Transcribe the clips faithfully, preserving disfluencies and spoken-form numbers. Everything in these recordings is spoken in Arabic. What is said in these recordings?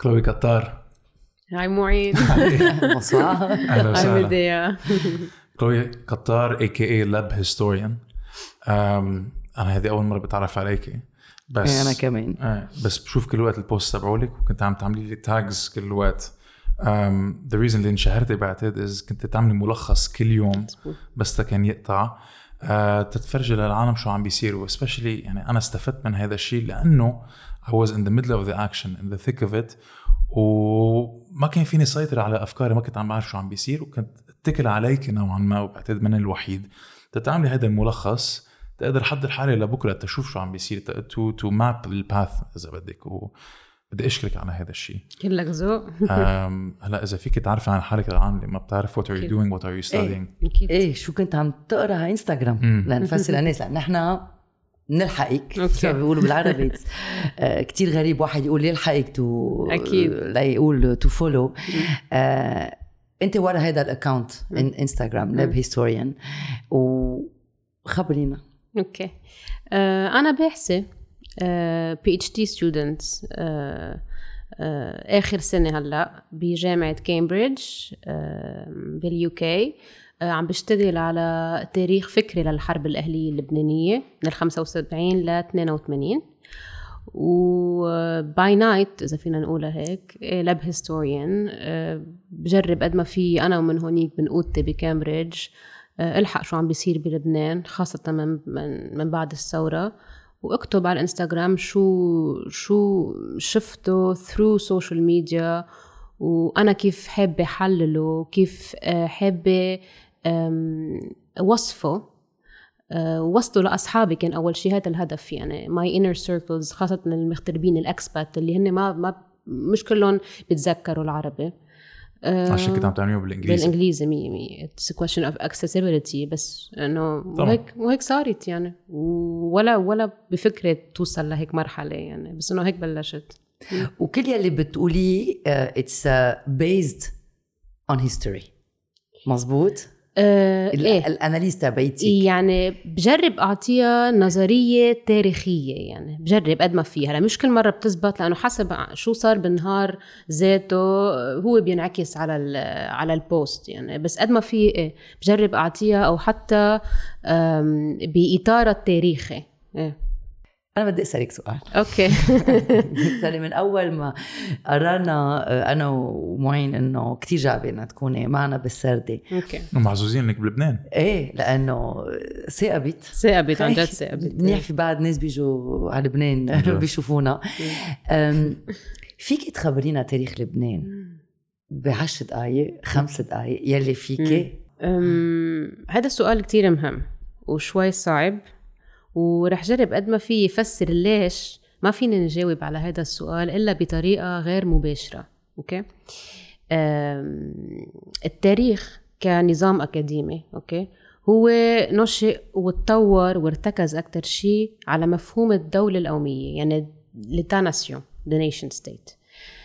كلوي كتار. هاي معين. bonsoir. أهلا وسهلا. مديا. كلوي كتار إيه كي إيه Lab Historian. أنا هذه أول مرة بتعرف عليكي. بس أنا كمان. آه بس بشوف كل وقت البوست تبعولك وكنت عم تعملي لي تاجز كل وقت. um, the reason اللي انشهرتي بعتقد is كنت تعملي ملخص كل يوم بس ده كان يقطع uh, تتفرجي للعالم شو عم بيصير especially يعني أنا استفدت من هذا الشيء لأنه I was in the middle of the action in the thick of it وما كان فيني سيطر على أفكاري، ما كنت عم بعرف شو عم بيصير وكنت اتكل عليك نوعا ما وبعتقد من الوحيد تتعملي هذا الملخص تقدر حضر حالي لبكرة تشوف شو عم بيصير to, to map الباث إذا بدك وبدي أشكرك على هذا الشيء. كلك ذوق. هلا إذا فيك تعرفي عن حالك العام اللي ما بتعرف what are you doing what are you studying. إيه, إيه شو كنت عم تقرأ على إنستغرام لنفسر الناس لأن إحنا نلحقك شو بيقولوا بالعربي كتير غريب واحد يقول يلحقك تو أكيد لا يقول تو فولو. أنت ورا هذا الأكاونت إنستغرام لاب هيستوريان وخبرينا. أوكي آه أنا باحثة بي اتش دي ستودنتس آخر سنة هلأ بجامعة كامبريدج آه باليو كي. آه عم بشتغل على تاريخ فكري للحرب الأهلية اللبنانية من الخمسة وسبعين لاثنين وثمانين وباي نايت إذا فينا نقولها هيك لاب هيستوريان. آه بجرب قد ما في أنا ومن هونيك بنقودتي بكامبريدج الحق شو عم بيصير بلبنان خاصة من, من, من بعد الثورة واكتب على الانستغرام شو شو شفته through social media وأنا كيف حابة حلله كيف حابة وصفه وصله لأصحابي. كان أول شيء هذا الهدف يعني my inner circles خاصة المغتربين الأكسبات اللي هن ما ما مش كلهم بيتذكروا العربي عشان كده عم تعمليه بالإنجليزي. بالإنجليزي مي مي it's a question of accessibility بس إنه وهيك وهيك صارت يعني ولا ولا بفكرة توصل لهيك مرحلة يعني بس إنه هيك بلشت. وكل يلي بتقوليه uh, it's uh, based on history مزبوط. أه إيه؟ الأناليز تبعتك يعني بجرب أعطيها نظرية تاريخية يعني بجرب قد ما فيها. مش كل مرة بتزبط لأنه حسب شو صار بالنهار ذاته هو بينعكس على على البوست يعني بس قد ما في إيه بجرب أعطيها أو حتى بإطار التاريخي. إيه أنا بدي أسألك سؤال. أوكي. سألي من أول ما قررنا أنا ومعين إنه كتير جابنا تكوني معنا بالسردة. أوكي. ومعزوزين إنك بلبنان. إيه لأنه ثاقبت. ثاقبت عن جد ثاقبت. منيح في بعض ناس بيجوا على لبنان بيشوفونا. فيك تخبرينا تاريخ لبنان بعشر دقايق خمس دقايق يلي فيك؟ هذا السؤال كتير مهم وشوي صعب ورح جرب قد ما في يفسر ليش ما فينا نجاوب على هذا السؤال إلا بطريقة غير مباشرة. أوكي التاريخ كنظام أكاديمي أوكي هو نشأ وتطور وارتكز أكتر شيء على مفهوم الدولة القومية يعني l'État nation the nation state.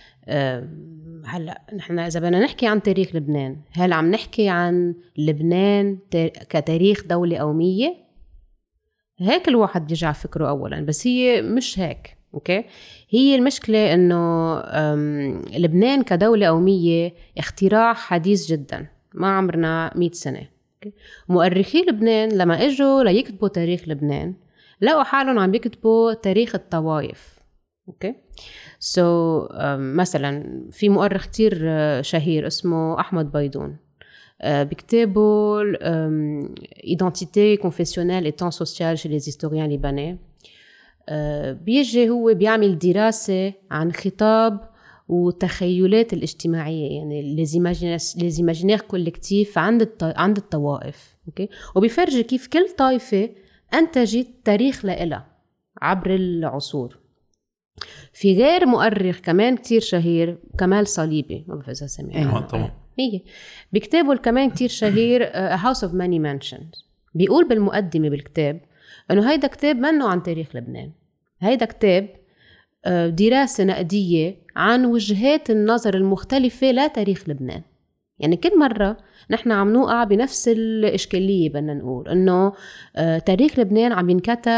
هلأ نحن إذا بدنا نحكي عن تاريخ لبنان هل عم نحكي عن لبنان كتاريخ دولة قومية؟ هيك الواحد بيرجع فكره أولاً بس هي مش هيك. أوكي هي المشكلة إنه لبنان كدولة قومية اختراع حديث جداً ما عمرنا مئة سنة. أوكي؟ مؤرخي لبنان لما اجوا ليكتبوا تاريخ لبنان لقوا حالهم عم بيكتبوا تاريخ الطوائف. أوكي so مثلاً في مؤرخ كتير شهير اسمه أحمد بيضون بكتابه Identité confessionnelle et temps social chez les historiens libanais. بيجي هو بيعمل دراسة عن خطاب وتخيلات الاجتماعية يعني les imaginaires collectifs عند عند الطوائف. أوكي وبيفرج كيف كل طائفة أنتجت تاريخ لإلها عبر العصور. في غير مؤرخ كمان كتير شهير كمال صليبي ما بعرف إذا سمعتوا طبعا هي بكتابه كمان كتير شهير A House of Many Mansions بيقول بالمقدمة بالكتاب أنه هيدا كتاب منه عن تاريخ لبنان هيدا كتاب دراسة نقدية عن وجهات النظر المختلفة لتاريخ لبنان. يعني كل مرة نحن عم نوقع بنفس الإشكالية بدنا نقول أنه تاريخ لبنان عم ينكتب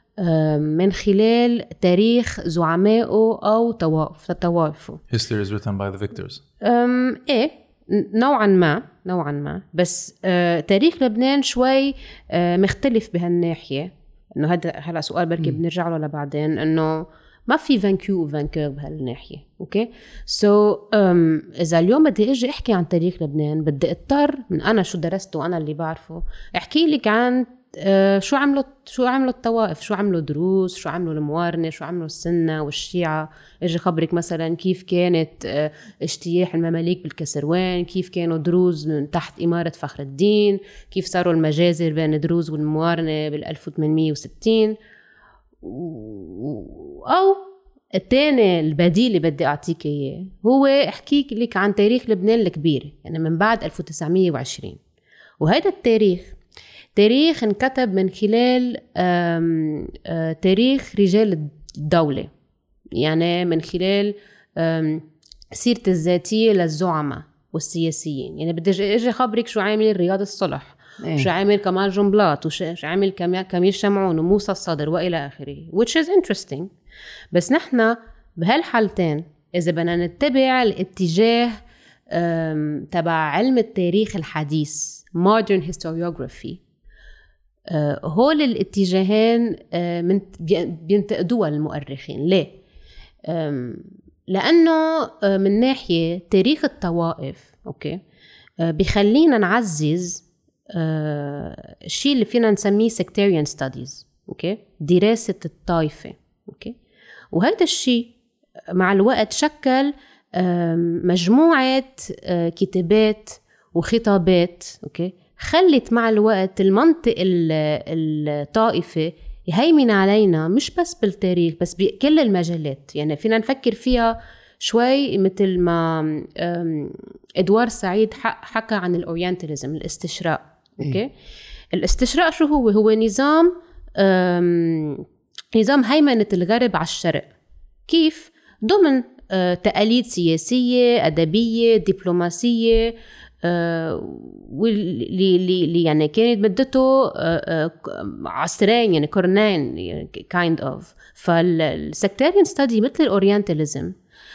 من خلال تاريخ زعمائه أو طوائف طوائفه. History is written by the victors. أم إيه نوعا ما نوعا ما بس آه تاريخ لبنان شوي آه مختلف بهالناحية. إنه هذا هلا سؤال بركي بنرجع له لبعدين، إنه ما في فانكيو وفانكور بهالناحية. أوكي سو so, um, إذا اليوم بدي أجي أحكي عن تاريخ لبنان بدي اضطر من أنا شو درسته أنا اللي بعرفه أحكي لك عن uh, شو عملوا شو عملوا الطوائف، شو عملوا دروز، شو عملوا الموارنة، شو عملوا السنة والشيعة. أجي خبرك مثلا كيف كانت uh, اجتياح المماليك بالكسروان، كيف كانوا دروز من تحت إمارة فخر الدين، كيف صاروا المجازر بين دروز والموارنة بالألف وثمانمية وستين. أو الثاني البديل اللي بدي أعطيك إياه هو أحكيك لك عن تاريخ لبنان الكبير، يعني من بعد ألف وتسعمية وعشرين. وهذا التاريخ تاريخ انكتب من خلال آم آم تاريخ رجال الدولة، يعني من خلال سيرة الذاتية للزعماء والسياسيين. يعني بدي أجي خبرك شو عامل رياض الصلح، إيه؟ شو عامل كمال جنبلاط، وشو عامل كميل شمعون وموسى الصدر وإلى آخره، which is interesting. بس نحن بهالحالتين إذا بدنا نتبع الاتجاه تبع علم التاريخ الحديث modern historiography، هول الاتجاهين بينتقدوها المؤرخين. ليه؟ لأنه من ناحية تاريخ الطوائف أوكي بيخلينا نعزز الشيء اللي فينا نسميه sectarian studies، أوكي دراسة الطائفة. أوكي وهذا الشيء مع الوقت شكل مجموعة كتابات وخطابات أوكي خلت مع الوقت المنطق الطائفة يهيمن علينا مش بس بالتاريخ بس بكل المجالات. يعني فينا نفكر فيها شوي مثل ما إدوار سعيد حكى عن الأورينتاليزم، الاستشراق. أوكي الاستشراق شو هو؟ هو نظام نظام هيمنة الغرب على الشرق، كيف ضمن تقاليد سياسية أدبية دبلوماسية واللي يعني كانت مدته عصرين يعني قرنين kind of. فالسكتاريان ستادي مثل الأورينتاليزم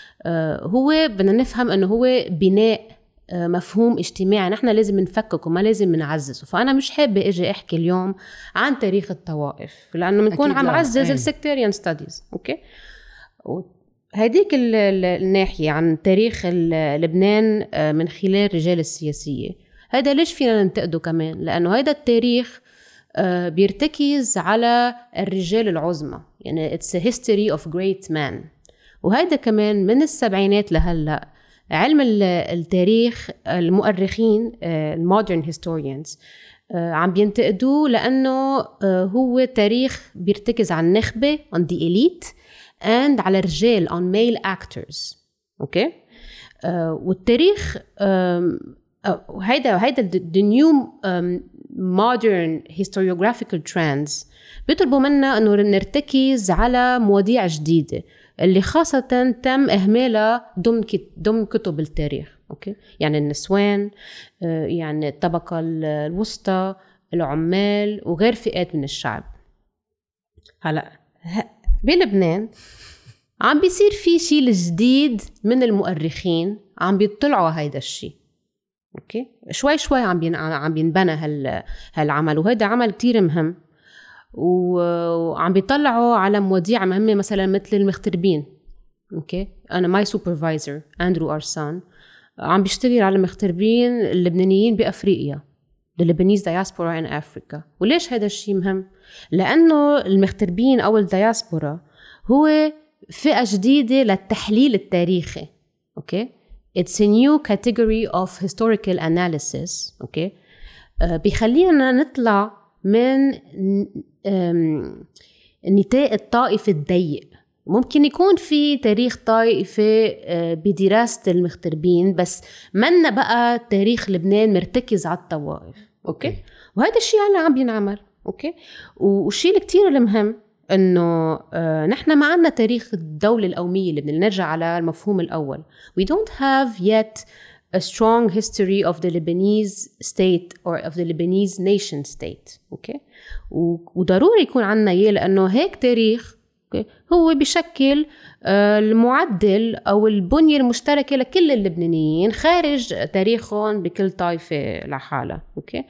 هو بدنا نفهم أنه هو بناء مفهوم اجتماعي نحن لازم نفككه ما لازم نعززه. فأنا مش حابة أجي أحكي اليوم عن تاريخ الطوائف لأنه بنكون عم عزز السكتاريان ستاديز. أوكي هديك الناحية عن تاريخ لبنان من خلال رجال السياسية، هذا ليش فينا ننتقده كمان؟ لأنه هذا التاريخ بيرتكز على الرجال العظمى، يعني it's a history of great men. وهذا كمان من السبعينات لهلأ علم التاريخ المؤرخين المودرن historians عم بينتقدوه لأنه هو تاريخ بيرتكز على النخبة on the elite and على الرجال on male actors. أوكي آه والتاريخ آه هيدا هيدا the new um, modern historiographical trends بيطلبوا منا إنه نرتكز على مواضيع جديدة اللي خاصة تم إهمالها ضمن ضمن كتب التاريخ. أوكي يعني النسوان آه يعني الطبقة الوسطى العمال وغير فئات من الشعب. هلا بلبنان عم بيصير في شيء جديد من المؤرخين عم بيطلعوا هيدا الشيء. اوكي شوي شوي عم بين عم بينبنى هال هالعمل وهذا عمل كتير مهم وعم بيطلعوا على مواضيع مهمه مثلا مثل المغتربين. اوكي انا ماي سوبرفايزر اندرو ارسان عم بيشتغل على المغتربين اللبنانيين بافريقيا the Lebanese diaspora in Africa. وليش هذا الشيء مهم؟ لأنه المغتربين أو الدياسبورا هو فئة جديدة للتحليل التاريخي. أوكي it's a new category of historical analysis. أوكي آه بيخلينا نطلع من نطاق الطائفة الضيق. ممكن يكون في تاريخ طائفة بدراسة المغتربين بس منا بقى تاريخ لبنان مرتكز على الطوائف. أوكي, أوكي. وهذا الشيء اللي عم بينعمل. أوكي والشيء الكتير المهم إنه آه نحن ما عنا تاريخ الدولة القومية اللي بدنا نرجع على المفهوم الأول. we don't have yet a strong history of the Lebanese state or of the Lebanese nation state. أوكي. وضروري يكون عنا إياه لأنه هيك تاريخ هو بشكل المعدل أو البنية المشتركة لكل اللبنانيين خارج تاريخهم بكل طائفة لحالها. أوكي.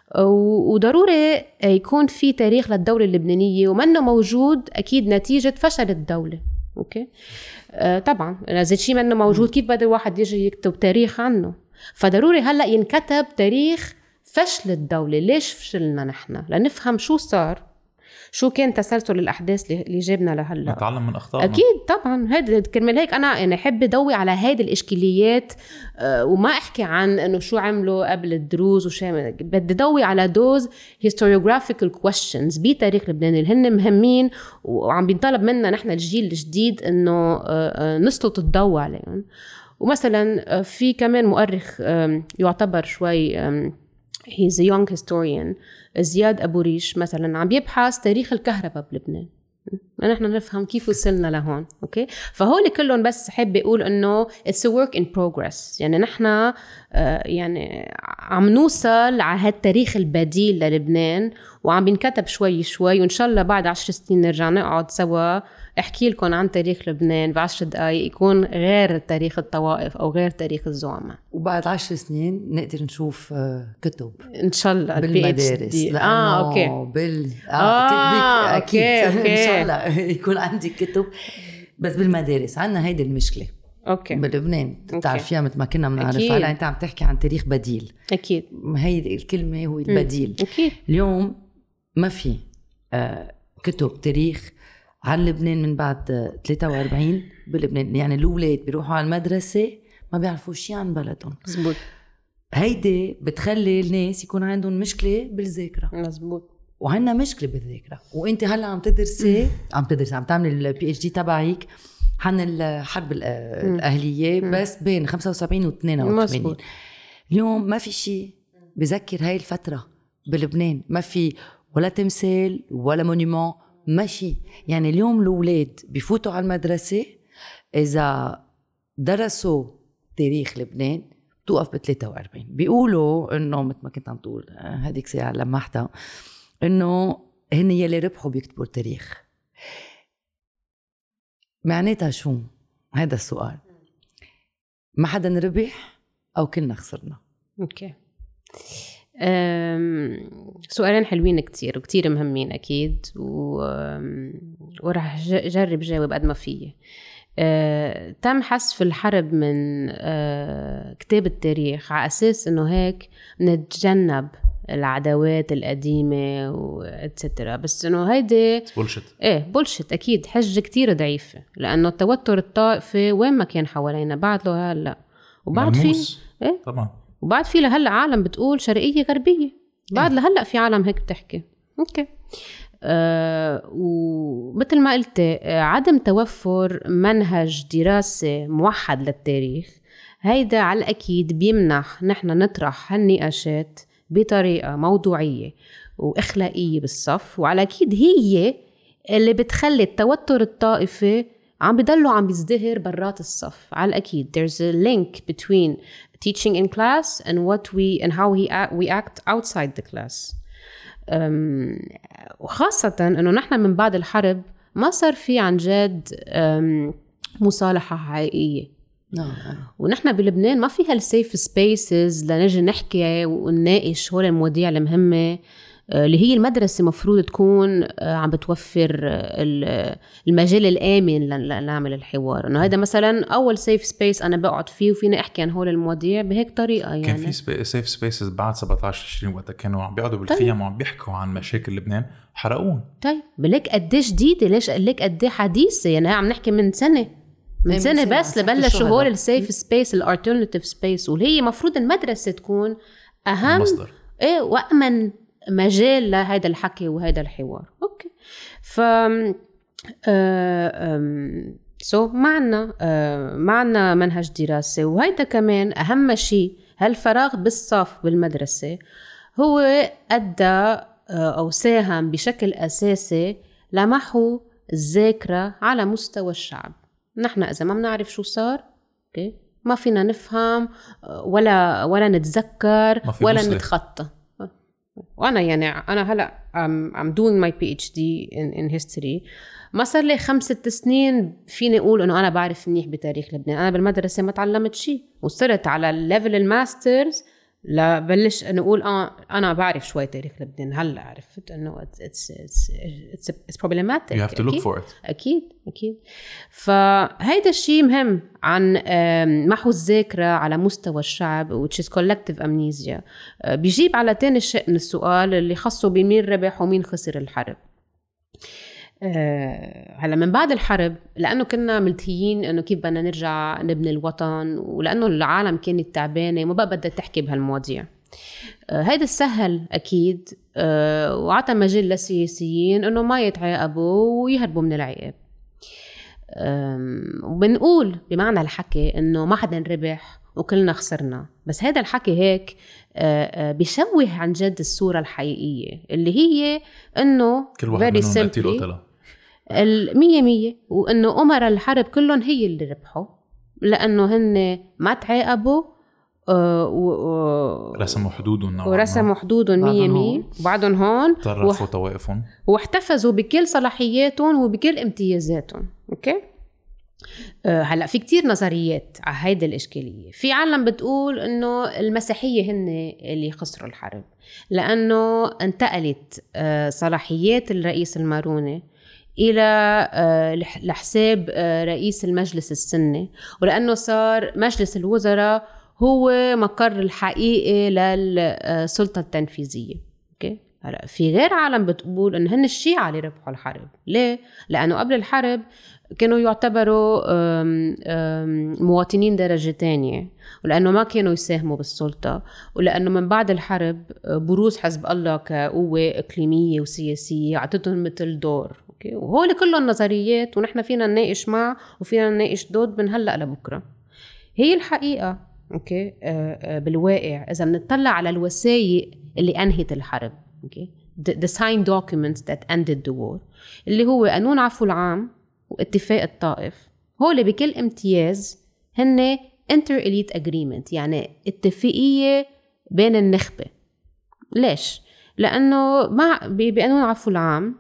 وضروري يكون في تاريخ للدولة اللبنانية ومنه موجود أكيد نتيجة فشل الدولة. أوكي. طبعا إذا شيء منه موجود كيف بده الواحد يجي يكتب تاريخ عنه؟ فضروري هلأ ينكتب تاريخ فشل الدولة. ليش فشلنا نحن؟ لنفهم شو صار، شو كان تسلسل الأحداث اللي جابنا لهلا، نتعلم من أخطائنا. أكيد طبعا. هذا كرمال هيك أنا يعني أحب ضوي على هذه الإشكاليات أه وما أحكي عن إنه شو عملوا قبل الدروز وشو، بدي ضوي على دوز historiographical questions بتاريخ لبنان اللي هن مهمين وعم بينطلب منا نحن الجيل الجديد إنه أه نسلط الضوء عليهم. ومثلا في كمان مؤرخ يعتبر شوي he's a young historian زياد أبو ريش مثلا عم يبحث تاريخ الكهرباء بلبنان. نحن نفهم كيف وصلنا لهون. أوكي. فهول كلهم بس حب يقول إنه it's a work in progress. يعني نحن آه يعني عم نوصل على هالتاريخ البديل للبنان وعم بنكتب شوي شوي، وإن شاء الله بعد عشر سنين نرجع نقعد سوا احكي لكم عن تاريخ لبنان بعشر دقايق يكون غير تاريخ الطوائف أو غير تاريخ الزعماء. وبعد عشر سنين نقدر نشوف كتب إن شاء الله بالمدارس. آه أوكي. بال آه, آه أكيد أوكي. أوكي. إن شاء الله يكون عندي كتب بس بالمدارس. عنا هيدي المشكلة أوكي. بلبنان بتعرفيها مثل ما كنا بنعرفها. هلا أنت عم تحكي عن تاريخ بديل. أكيد. هيدي الكلمة هو البديل. أكيد. اليوم ما في آه كتب تاريخ عن لبنان من بعد ثلاثة وأربعين بلبنان. يعني الأولاد بيروحوا على المدرسة ما بيعرفوا شيء عن بلدهم. مزبوط. هيدي بتخلي الناس يكون عندهم مشكلة بالذاكرة. مزبوط. وعندنا مشكلة بالذاكرة. وانت هلا عم تدرسي عم تدرسي عم تعمل البي اتش دي تبعك عن الحرب الأهلية بس بين خمسة وسبعين و اثنين وثمانين. اليوم ما في شيء بذكر هاي الفترة بلبنان. ما في ولا تمثال ولا مونيمون ماشي. يعني اليوم الأولاد بيفوتوا على المدرسة إذا درسوا تاريخ لبنان توقف ب ثلاثة وأربعين. بيقولوا إنه مثل ما كنت عم تقول هذيك ساعة لمحتها إنه هن يلي ربحوا بيكتبوا التاريخ. معناتها شو؟ هذا السؤال. ما حدا ربح أو كلنا خسرنا؟ أوكي. سؤالين حلوين كتير وكتير مهمين أكيد و... ورح جرب جاوب قد ما فيه. أه... تم حذف الحرب من أه... كتاب التاريخ على أساس إنه هيك نتجنب العداوات القديمة وإتسترا. بس إنه هيدي بولشت. إيه بولشت أكيد. حجة كتير ضعيفة لأنه التوتر الطائفي وين ما كان حوالينا بعد له هلا وبعد في إيه طبعا وبعد في لهلا عالم بتقول شرقية غربية بعد لهلا في عالم هيك بتحكي. اوكي. آه ومثل ما قلت آه عدم توفر منهج دراسة موحد للتاريخ هيدا على الأكيد بيمنح نحن نطرح هالنقاشات بطريقة موضوعية وإخلاقية بالصف. وعلى أكيد هي اللي بتخلي التوتر الطائفي عم بيضلوا عم بيزدهر برات الصف. على الأكيد there's a link between teaching in class and what we and how we act, we act outside the class. um, وخاصة إنه نحن من بعد الحرب ما صار في عن جد um, مصالحة حقيقية. نعم. ونحن بلبنان ما في هالسيف سبيسز لنجي نحكي ونناقش هول المواضيع المهمة اللي هي المدرسة مفروض تكون عم بتوفر المجال الآمن لنعمل الحوار. إنه هذا مثلا أول سيف سبيس أنا بقعد فيه وفينا أحكي عن هول المواضيع بهيك طريقة. يعني كان في سيف سبيسز بعد سبعة عشر عشرين وقت كانوا عم بيقعدوا بالخيام طيب. وعم بيحكوا عن مشاكل لبنان حرقون. طيب بلك قديه جديدة ليش لك قديه حديثة؟ يعني عم نحكي من سنة من سنة بس لبلشوا هول السيف سبيس الالترناتيف سبيس واللي هي مفروض المدرسة تكون أهم مصدر. إيه وأمن مجال لهذا الحكي وهذا الحوار. أوكي. ف سو معنا معنا منهج دراسة وهيدا كمان أهم شيء. هالفراغ بالصف بالمدرسة هو أدى أو ساهم بشكل أساسي لمحو الذاكرة على مستوى الشعب. نحن إذا ما بنعرف شو صار أوكي ما فينا نفهم ولا ولا نتذكر ولا مسلح. نتخطى. وانا يعني انا هلا I'm, I'm doing my PhD in in history. ما صار لي خمسة سنين فيني اقول انه انا بعرف منيح بتاريخ لبنان. انا بالمدرسه ما تعلمت شيء، وصرت على الليفل الماسترز لا بلش نقول اه انا بعرف شوي تاريخ لبنان. هلا عرفت انه it's it's it's it's problematic. You have to look أكيد. for it. اكيد اكيد. فهيدا الشيء مهم عن محو الذاكره على مستوى الشعب which is collective amnesia. بيجيب على تاني شيء من السؤال اللي خاصه بمين ربح ومين خسر الحرب. أه هلا من بعد الحرب، لأنه كنا ملتهيين إنه كيف بدنا نرجع نبني الوطن، ولأنه العالم كانت تعبانة وما بقى بدها تحكي بهالمواضيع. أه هيدا السهل أكيد، أه وعطى مجال للسياسيين إنه ما يتعاقبوا ويهربوا من العقاب. وبنقول بمعنى الحكي إنه ما حدا ربح وكلنا خسرنا، بس هذا الحكي هيك بيشوه عن جد الصورة الحقيقية اللي هي إنه كل واحد منهم قتل المية مية، وإنه أمر الحرب كلهم هي اللي ربحوا لأنه هن ما تعاقبوا و... رسموا حدودهم ورسموا حدودهم مية مية وبعدهم هون طرفوا وح... طوائفهم واحتفظوا بكل صلاحياتهم وبكل امتيازاتهم. أوكي. هلأ في كتير نظريات على هيدا الإشكالية. في عالم بتقول إنه المسيحية هن اللي خسروا الحرب لأنه انتقلت صلاحيات الرئيس الماروني إلى لحساب رئيس المجلس السني، ولأنه صار مجلس الوزراء هو مقر الحقيقي للسلطة التنفيذية. أوكي. هلأ في غير عالم بتقول إن هن الشيعة اللي ربحوا الحرب. ليه؟ لأنه قبل الحرب كانوا يعتبروا أم أم مواطنين درجة تانية، ولأنه ما كانوا يساهموا بالسلطة، ولأنه من بعد الحرب بروز حزب الله كقوة إقليمية وسياسية عطتهم مثل دور. أوكي. وهول كلهم نظريات ونحن فينا نناقش مع وفينا نناقش ضد من هلأ لبكرة. هي الحقيقة أوكي بالواقع إذا نطلع على الوثائق اللي أنهت الحرب، أوكي the, the signed documents that ended the war، اللي هو قانون عفو العام واتفاق الطائف، هول بكل امتياز هن inter elite agreement، يعني اتفاقية بين النخبة. ليش؟ لأنه مع بقانون عفو العام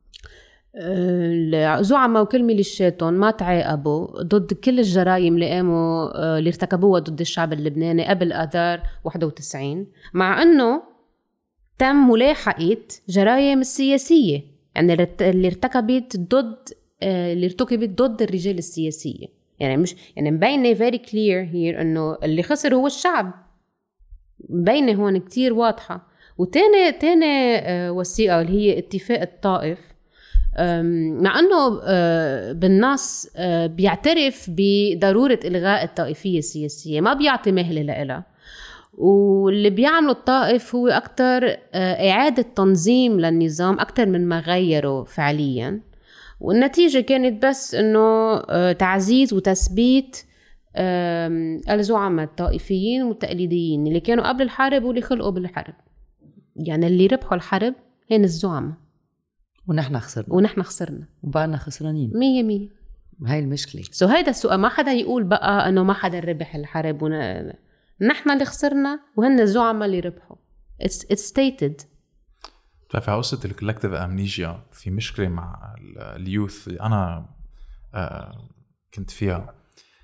الزعماء وكل ميليشياتهم ما تعاقبوا ضد كل الجرائم اللي قاموا اللي ارتكبوها ضد الشعب اللبناني قبل آذار واحد وتسعين، مع أنه تم ملاحقة جرائم السياسية يعني اللي ارتكبت ضد اللي ارتكبت ضد الرجال السياسية. يعني مش يعني مبينة very clear here إنه اللي خسر هو الشعب، مبينة هون كتير واضحة. وتاني تاني وثيقة اللي هي اتفاق الطائف، مع أنه بالنص بيعترف بضرورة إلغاء الطائفية السياسية، ما بيعطي مهلة لها، واللي بيعملوا الطائف هو أكتر إعادة تنظيم للنظام أكتر من ما غيره فعليا، والنتيجة كانت بس أنه تعزيز وتثبيت الزعماء الطائفيين والتقليديين اللي كانوا قبل الحرب واللي خلقوا بالحرب. يعني اللي ربحوا الحرب هن الزعماء ونحن خسرنا ونحن خسرنا وبقنا خسرانين مية مية. هاي المشكلة. سو هيدا السؤال ما حدا يقول بقى أنه ما حدا ربح الحرب ون... نحن اللي خسرنا وهن الزعماء اللي ربحوا. It's, it's stated. في قصة الكولكتيف أمنيجيا في مشكلة مع اليوث أنا آه كنت فيها.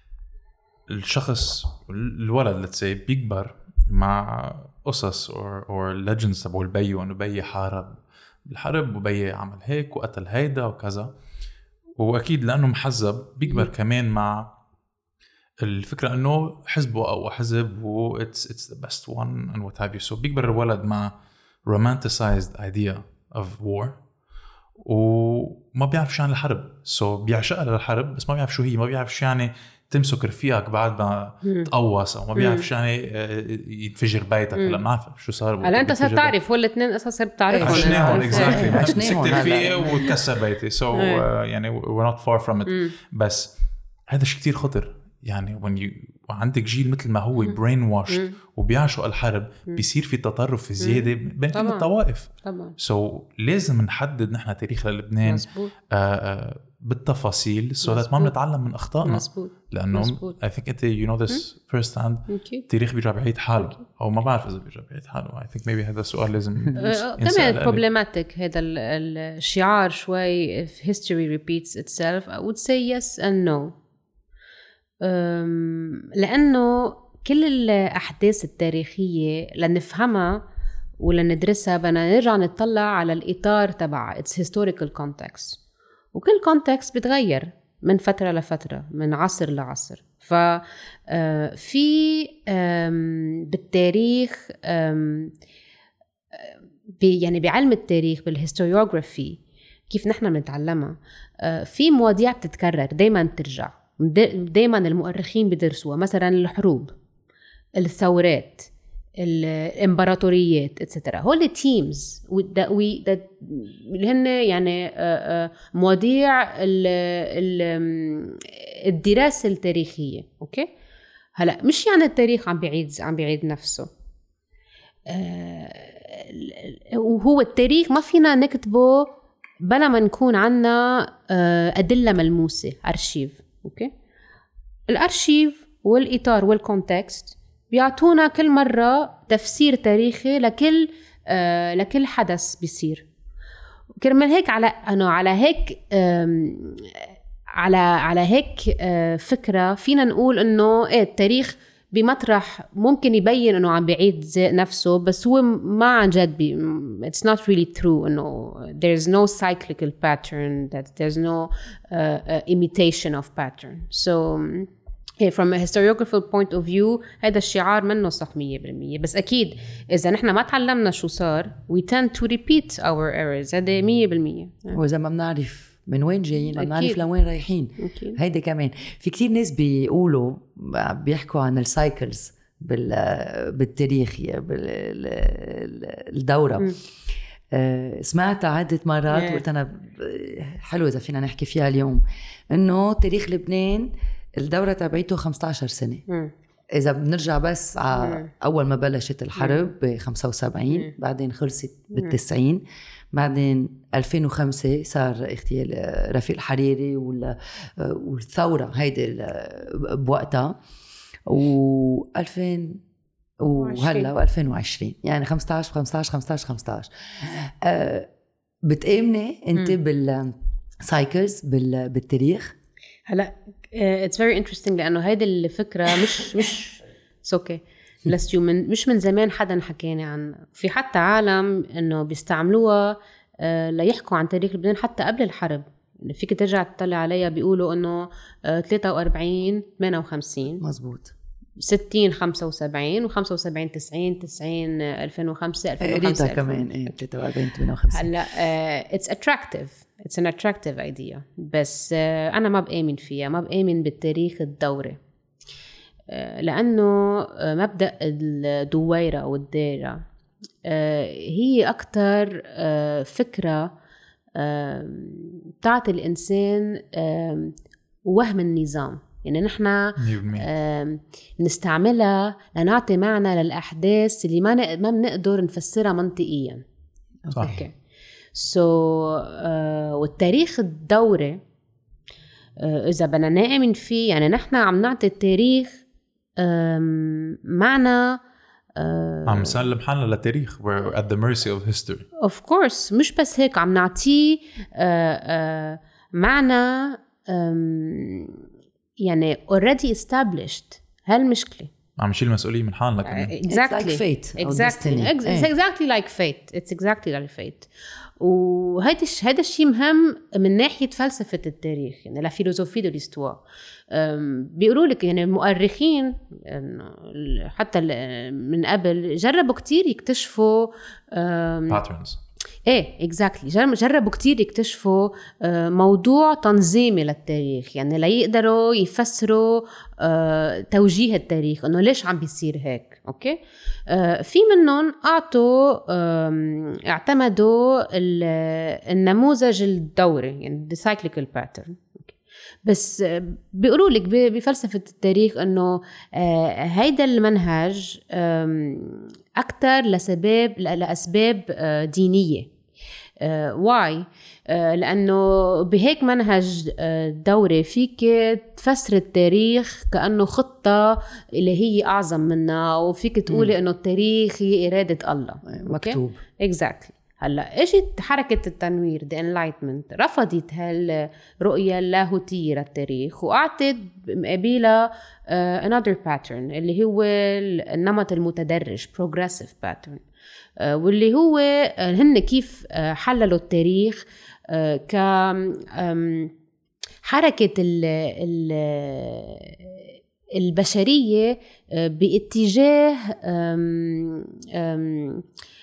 الشخص الولد let's say بيكبر مع قصص or, or legends تبعوا البي وأنه بي حارب بالحرب وبي عمل هيك وقتل هيدا وكذا، وأكيد لأنه محزب بيكبر كمان مع الفكرة أنه حزبه أو حزب و it's, it's the best one and what have you. so بيكبر الولد مع romanticized idea of war وما بيعرف شو يعني الحرب. so بيعشقها للحرب بس ما بيعرف شو هي، ما بيعرف شو يعني تمسك رفيقك بعد ما تقوص، أو ما بيعرف شو يعني يتفجر بيتك. هلا ما عارف شو صار. هلا أنت صرت تعرف ولا اثنين أساس صرت تعرفهم. عشناهم exactly. مسكت رفيقي وتكسر بيتي. so uh, يعني we're not far from it. بس هذا شيء كتير خطر. يعني when you عندك جيل مثل ما هو brain washed وبيعشق الحرب بيصير في تطرف في زيادة بين كل الطوائف. طبعا. so لازم نحدد نحن تاريخ للبنان آآ آآ بالتفاصيل so that ما بنتعلم من أخطائنا. مزبوط. لأنه مزبوط. I think أنت you know this first hand التاريخ بيرجع بعيد حاله أو ما بعرف إذا بيرجع بعيد حاله. I think maybe هذا السؤال لازم كمان problematic هذا الشعار شوي if history repeats itself I would say yes and no. لأنه كل الأحداث التاريخية لنفهمها ولندرسها بدنا نرجع نطلع على الإطار تبع its historical context وكل context بتغير من فترة لفترة من عصر لعصر. ففي بالتاريخ يعني بعلم التاريخ بالهيستوريوغرافي كيف نحن بنتعلمها في مواضيع بتتكرر دايما ترجع دايما المؤرخين بدرسوها مثلا الحروب الثورات الامبراطوريات اتسترا هول تيمز اللي هن يعني مواضيع الدراسة التاريخية. اوكي هلا مش يعني التاريخ عم بيعيد عم بيعيد نفسه وهو التاريخ ما فينا نكتبه بلا ما نكون عنا أدلة ملموسة أرشيف. اوكي الأرشيف والإطار والكونتكست بيعطونا كل مرة تفسير تاريخي لكل آه لكل حدث بيصير. كرمال هيك على أنه على هيك على على هيك آه فكرة فينا نقول إنه إيه التاريخ بمطرح ممكن يبين إنه عم بيعيد نفسه بس هو ما عن جد بي it's not really true إنه there's no cyclical pattern that there's no uh, uh, imitation of pattern. So from a historiographical point of view هذا الشعار منه صح مية بالمية بس أكيد إذا نحن ما تعلمنا شو صار we tend to repeat our errors هذا مية بالمية. وإذا ما بنعرف من وين جايين ما بنعرف لوين رايحين هيدا كمان. في كتير ناس بيقولوا بيحكوا عن السايكلز بالتاريخ بالدورة سمعت عدة مرات وقلت أنا حلو إذا فينا نحكي فيها اليوم إنه تاريخ لبنان الدورة تبعيته خمسة عشر سنة. م. إذا بنرجع بس على أول ما بلشت الحرب ب خمسة وسبعين بعدين خلصت بالتسعين بعدين ألفين وخمسة صار اغتيال رفيق الحريري والثورة هيدي بوقتها و2000 وهلا وألفين وعشرين يعني خمسة عشر خمسة عشر خمسة عشر خمسة عشر. أه بتأمني أنت بالسايكلز بالتاريخ؟ هلا it's very interesting لأنه هيدا الفكرة مش مش سوكي لستيو من مش من زمان حدا حكينا عنه. في حتى عالم إنه بيستعملوها ليحكوا عن تاريخ لبنان حتى قبل الحرب. فيك ترجع تطلع عليها بيقولوا إنه ثلاثة وأربعين ثمانية وخمسين مزبوط ستين خمسة وسبعين وخمسة وسبعين تسعين تسعين ألفين وخمسة ألفين وخمسة كمان إيه ثلاثة وأربعين ثمانية وخمسين. هلا uh, it's attractive it's an attractive idea بس uh, أنا ما بآمن فيها ما بآمن بالتاريخ الدوري uh, لأنه uh, مبدأ الدويرة والدائرة uh, هي أكتر uh, فكرة uh, تعطي الإنسان uh, وهم النظام. يعني نحن نستعملها لنعطي معنى للأحداث اللي ما ما بنقدر نفسرها منطقيا. صح. اوكي سو so, uh, والتاريخ الدوري uh, إذا بدنا نؤمن فيه يعني نحن عم نعطي التاريخ um, معنى uh, عم نسلم حالنا للتاريخ we're at the mercy of history. of course مش بس هيك عم نعطيه uh, uh, معنى um, يعني already established. هالمشكلة عم نشيل مسؤولية من حالنا كمان. exactly it's like fate exactly it's exactly like fate it's exactly like fate. وهيدا هيدا الشيء مهم من ناحية فلسفة التاريخ يعني لا فيلوزوفي دو ليستوار. بيقولوا لك يعني المؤرخين حتى من قبل جربوا كتير يكتشفوا patterns. ايه exactly جربوا كتير يكتشفوا موضوع تنظيمي للتاريخ يعني لا يقدروا يفسروا توجيه التاريخ انه ليش عم بيصير هيك. اوكي في منهم اعطوا اعتمدوا النموذج الدوري يعني the cyclical pattern. بس بيقولوا لك بفلسفة التاريخ انه هيدا المنهج اكتر لسبب لاسباب دينية واي لأنه بهيك منهج دوري فيك تفسر التاريخ كأنه خطة اللي هي أعظم منها، وفيك تقولي أنه التاريخ هي إرادة الله مكتوب. exactly. هلا اجت حركة التنوير the enlightenment رفضت هالرؤية اللاهوتية للتاريخ وأعطت مقابلها uh, another pattern اللي هو النمط المتدرج progressive pattern uh, واللي هو uh, هن كيف uh, حللوا التاريخ uh, ك um, حركة ال ال البشرية uh, باتجاه um, um,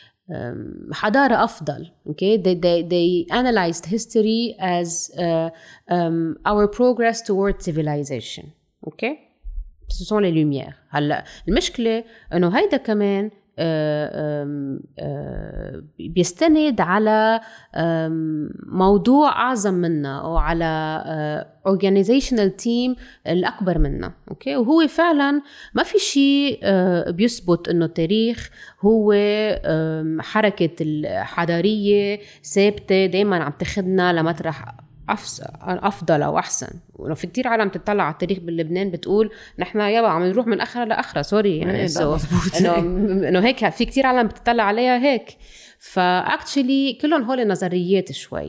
حضارة أفضل. okay? they, they, they analyzed history as uh, um, our progress toward civilization. okay? ce sont les lumières. هلأ المشكلة أنه هيدا كمان uh, um, uh, بيستند على um, موضوع أعظم منا أو على uh, organizational team الأكبر منا. okay? وهو فعلا ما في شيء uh, بيثبت أنه التاريخ هو um, حركة الحضارية ثابتة دايما عم تاخدنا لمطرح أفضل أو أحسن. ولو في كتير عالم تطلع على التاريخ باللبنان بتقول نحن يابا عم نروح من أخرى لأخرى سوري يعني so إنه إنه هيك في كتير عالم بتطلع عليها هيك. فاكتشلي كلهم هول نظريات شوي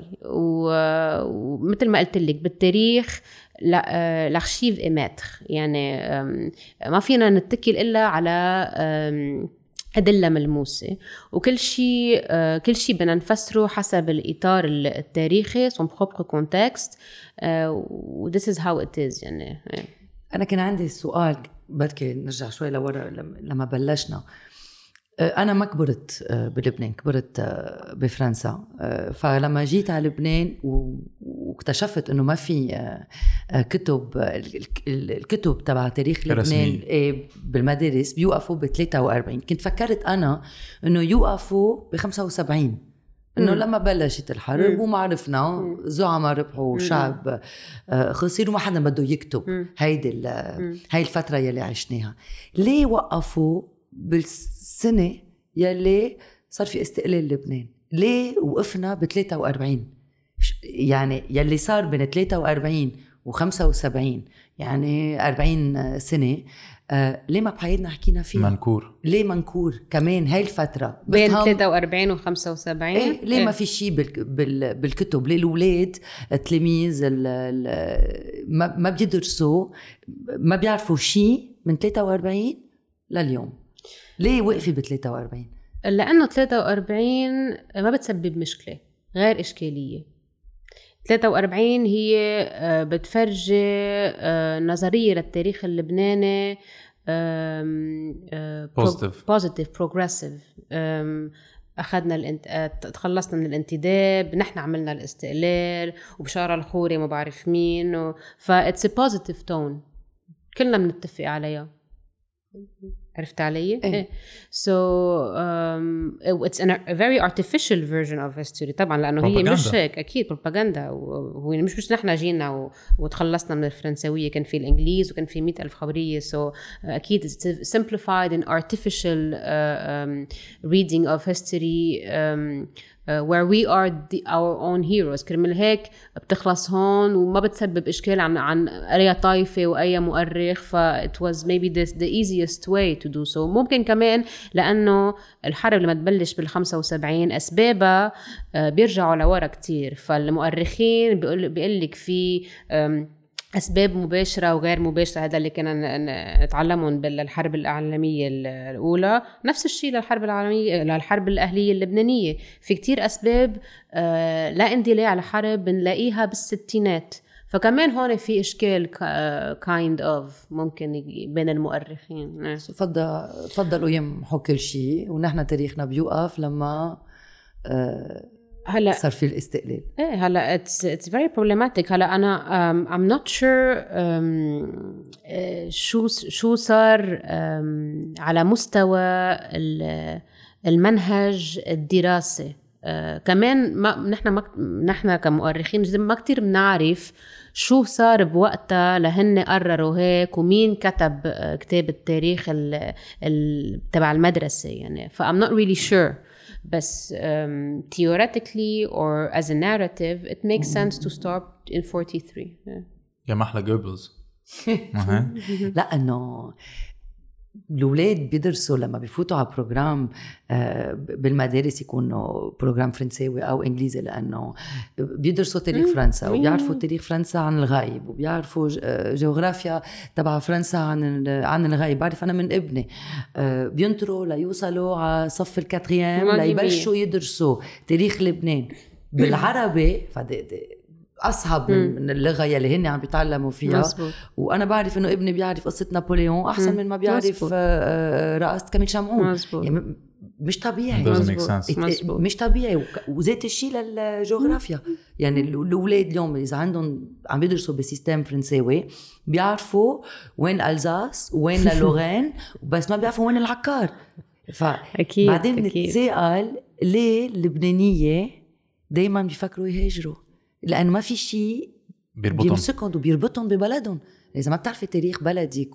ومثل ما قلت لك بالتاريخ لارشيف إيماتر يعني ما فينا نتكل إلا على أدلة ملموسة وكل شيء uh, كل شيء بدنا نفسره حسب الإطار التاريخي son propre contexte و uh, this is how it is يعني. أنا كان عندي سؤال بركي نرجع شوي لورا لما بلشنا. أنا ما كبرت بلبنان، كبرت بفرنسا، فلما جيت على لبنان واكتشفت إنه ما في كتب الكتب تبع تاريخ لبنان بالمدارس بيوقفوا بثلاثة وأربعين. كنت فكرت أنا إنه يوقفوا بخمسة وسبعين إنه لما بلشت الحرب وما عرفنا زعماء ربحوا وشعب خسر وما حدا بده يكتب هيدي هاي الفترة يلي عشناها. ليه وقفوا بالسنة يلي صار في استقلال لبنان؟ ليه وقفنا بثلاثة وأربعين؟ يعني يلي صار بين ثلاثة وأربعين وخمسة وسبعين يعني أربعين سنة. آه ليه ما بحياتنا حكينا فيه؟ منكور. ليه منكور كمان هاي الفترة بين ثلاثة وأربعين وخمسة وسبعين؟ إيه ليه إيه؟ ما في شيء بال بال بالكتب. ليه الأولاد التلاميذ ما ما بيدرسوا ما بيعرفوا شيء من ثلاثة وأربعين لليوم؟ ليه وقفي ب ثلاثة وأربعين؟ لأنه ثلاثة وأربعين ما بتسبب مشكلة غير إشكالية. ثلاثة وأربعين هي بتفرجي نظرية للتاريخ اللبناني positive positive progressive. أخذنا الانت... تخلصنا من الانتداب، نحن عملنا الاستقلال وبشارة الخوري ما بعرف مين و... فا it's a positive tone كلنا بنتفق عليها. عرفت علي؟ إيه. so um, it's an, a very artificial version of history طبعا لأنه هي مش هيك أكيد بروباغندا. وهو مش مش نحن جينا و... وتخلصنا من الفرنسوية، كان في الإنجليز وكان في مئة ألف خبرية. so أكيد it's simplified and artificial uh, um, reading of history um, Uh, where we are the, our own heroes. كرمال هيك بتخلص هون وما بتسبب إشكال عن عن أي طائفة وأي مؤرخ. ف it was maybe the, the easiest way to do so. ممكن كمان لأنه الحرب لما تبلش بالخمسة وسبعين أسبابها uh, بيرجعوا لورا كتير. فالمؤرخين بيقول بيقولك في um, أسباب مباشرة وغير مباشرة. هذا اللي كنا نتعلمون بالحرب العالمية الأولى، نفس الشيء للحرب العالمية للحرب الأهلية اللبنانية. في كتير أسباب لا اندلاع على حرب بنلاقيها بالستينات. فكمان هون في إشكال kind of ممكن بين المؤرخين. فضل فضلوا يمحوا كل شيء ونحن تاريخنا بيوقف لما هلا صار في الاستقلال. ايه هلا it's it's very problematic. هلا انا um, I'm not sure um, شو شو صار um, على مستوى المنهج الدراسي. uh, كمان ما نحن ما نحن كمؤرخين ما كتير بنعرف شو صار بوقتها لهن قرروا هيك ومين كتب كتاب التاريخ ال ال تبع المدرسة يعني. ف I'm not really sure. بس um, theoretically or as a narrative it makes sense to stop in forty-three. yeah. يا محلى جوبلز. لا انه الأولاد بيدرسوا لما بيفوتوا على بروجرام بالمدارس يكونوا بروجرام فرنساوي أو إنجليزي لأنه بيدرسوا تاريخ فرنسا وبيعرفوا تاريخ فرنسا عن الغايب وبيعرفوا جغرافيا تبع فرنسا عن عن الغايب. بعرف أنا من ابني بينطروا ليوصلوا على صف الكاتريام ليبلشوا يدرسوا تاريخ لبنان بالعربي. فدي أصعب من اللغة يلي هن عم بيتعلموا فيها. مزبوط. وأنا بعرف إنه ابني بيعرف قصة نابليون أحسن مم. من ما بيعرف رقصة كاميل شمعون. يعني مش طبيعي. مزبوط. مش طبيعي. وزيت الشيء للجغرافيا. يعني الأولاد اليوم إذا عندهم عم بيدرسوا بسيستم فرنساوي بيعرفوا وين ألزاس وين للورين بس ما بيعرفوا وين العكار. فأكيد بعدين نتساءل ليه اللبنانية دايما بيفكروا يهاجروا؟ لأنه ما في شيء بيمسكهم وبيربطهم ببلدهم. إذا ما بتعرفي تاريخ بلدك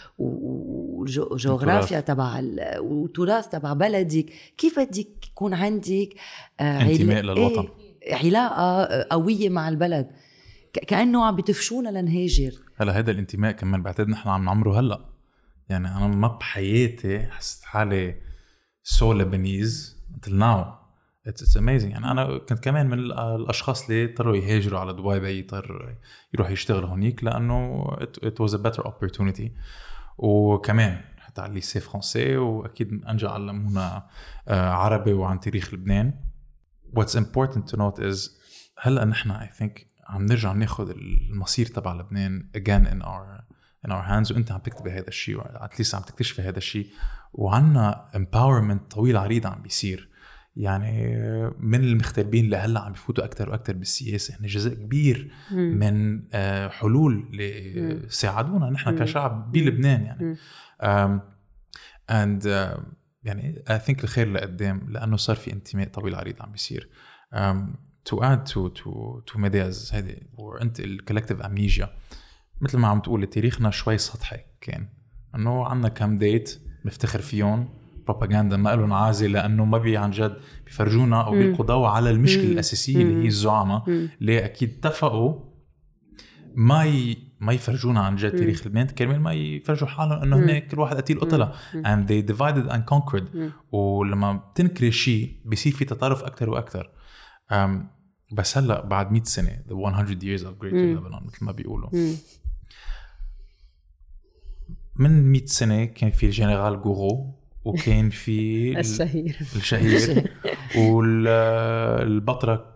وجغرافيا تبع والتراث تبع بلدك كيف بدك يكون عندك انتماء للوطن، علاقة قوية مع البلد؟ كأنه عم بتفشونا لنهاجر. هلا هذا الانتماء كمان بعتقد نحن عم نعمره هلا. يعني أنا ما بحياتي حسيت حالي سو لبنيز until now. It's, it's amazing. يعني أنا كنت كمان من الأشخاص اللي اضطروا يهاجروا على دبي بيضطر يروح يشتغل هونيك لأنه it, it was a better opportunity. وكمان حتى على الليسي فرنسي وأكيد أنجا علمونا عربي وعن تاريخ لبنان. What's important to note is هلأ نحن I think عم نرجع ناخد المصير تبع لبنان again in our in our hands. وأنت عم تكتبي هذا الشيء at least عم تكتشفي هذا الشيء وعنا empowerment طويل عريض عم بيصير. يعني من المغتربين اللي هلا عم بيفوتوا اكثر واكثر بالسياسه هن جزء كبير م. من حلول اللي ساعدونا نحن كشعب بلبنان. يعني um, and uh, يعني I think الخير لقدام لانه صار في انتماء طويل عريض عم بيصير. um, to add to to to Medez هذه وانت الكولكتيف امنيجيا مثل ما عم تقول تاريخنا شوي سطحي كان انه عندنا كم ديت نفتخر فيهم بروباغندا ما قالوا نعازي لأنه ما بي عن جد بيفرجونا أو بيقضوا على المشكلة الأساسية اللي هي الزعماء اللي أكيد اتفقوا ما ي... ما يفرجونا عن جد تاريخ لبنان كرمال ما يفرجوا حالهم إنه هناك كل واحد قتيل قتلة and they divided and conquered. ولما بتنكري شيء بيصير في تطرف أكتر وأكتر. um, بس هلأ بعد مئة سنة the one hundred years of Greater Lebanon مثل ما بيقولوا من مئة سنة كان في الجنرال غورو وكان في الشهير الشهير والبطرك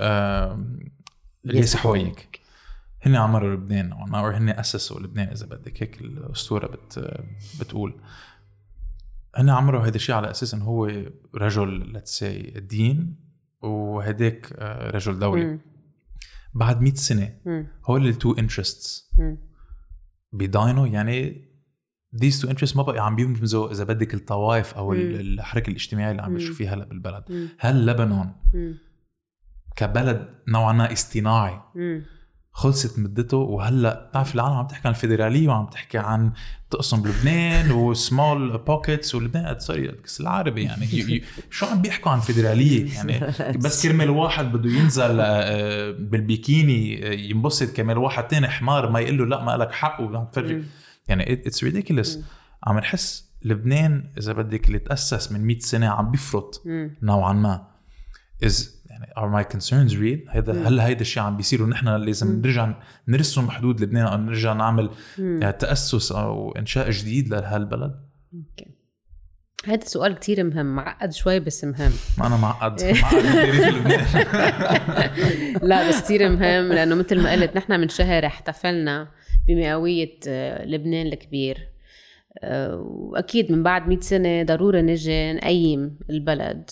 الياس حويك. هن عمروا لبنان أو هن أسسوا لبنان إذا بدك هيك الأسطورة بت بتقول. هن عمروا هذا الشيء على أساس إنه هو رجل let's say دين وهداك رجل دولي. م. بعد مئة سنة هول التو interests بيداينوا يعني these two interests ما بقى عم بيمزوا إذا بدك الطوائف أو الحركة الاجتماعية اللي عم بيشوف فيها هلا بالبلد. مم. هل لبنان مم. كبلد نوعا ما اصطناعي مم. خلصت مدته وهلا تعرف العالم عم تحكي عن الفيدرالية وعم تحكي عن تقسم بلبنان وسمول بوكيتس ولبنان سوري الكس العربي يعني شو عم بيحكوا عن فيدرالية يعني بس كرمال واحد بده ينزل بالبيكيني ينبسط كرمال واحد تاني حمار ما يقول له لا ما لك حق وعم تفرج يعني it's ridiculous. عم نحس لبنان إذا بدك اللي تأسس من مئة سنة عم بيفرط نوعا ما is يعني are my concerns real. هذا هل هيدا الشيء عم بيصير ونحن لازم نرجع نرسم حدود لبنان أو نرجع نعمل يعني تأسس أو إنشاء جديد لهالبلد؟ okay. هذا سؤال كتير مهم معقد شوي بس مهم. ما أنا معقد معقد تاريخ لبنان. لا بس كتير مهم لأنه مثل ما قلت نحن من شهر احتفلنا بمئوية لبنان الكبير وأكيد من بعد مئة سنة ضروري نجي نقيم البلد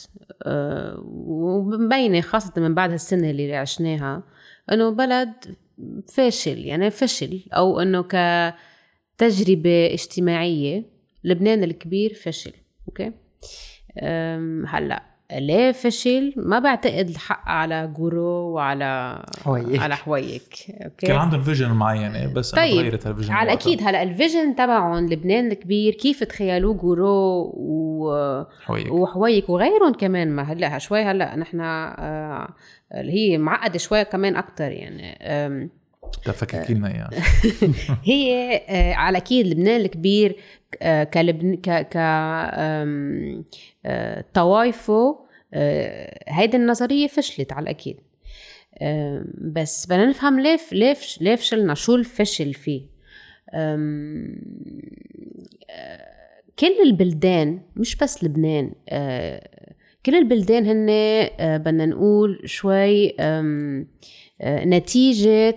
ومبينة خاصة من بعد هالسنة اللي عشناها أنه بلد فاشل يعني فشل أو أنه كتجربة اجتماعية لبنان الكبير فشل. أوكي هلأ ليه فشل؟ ما بعتقد الحق على جورو وعلى حويك. على حويك. أوكي. كان عندهم فيجن معينة بس طيب. أنا تغيرت هالفيجن على وقتها. أكيد هلأ الفيجن تبعهم لبنان الكبير كيف تخيلوه جورو حويك. وحويك وغيرهم كمان. ما هلأ شوي هلأ نحن آه اللي هي معقدة شوي كمان أكتر يعني. تفككي لنا يعني. هي آه على أكيد لبنان الكبير آه كلبن ك ك آه طوائفه آه هيدي النظرية فشلت على الأكيد. آه بس بدنا نفهم ليه ليش ليه فشلنا، شو الفشل فيه. آه كل البلدان مش بس لبنان، آه كل البلدان هن آه بدنا نقول شوي آه نتيجة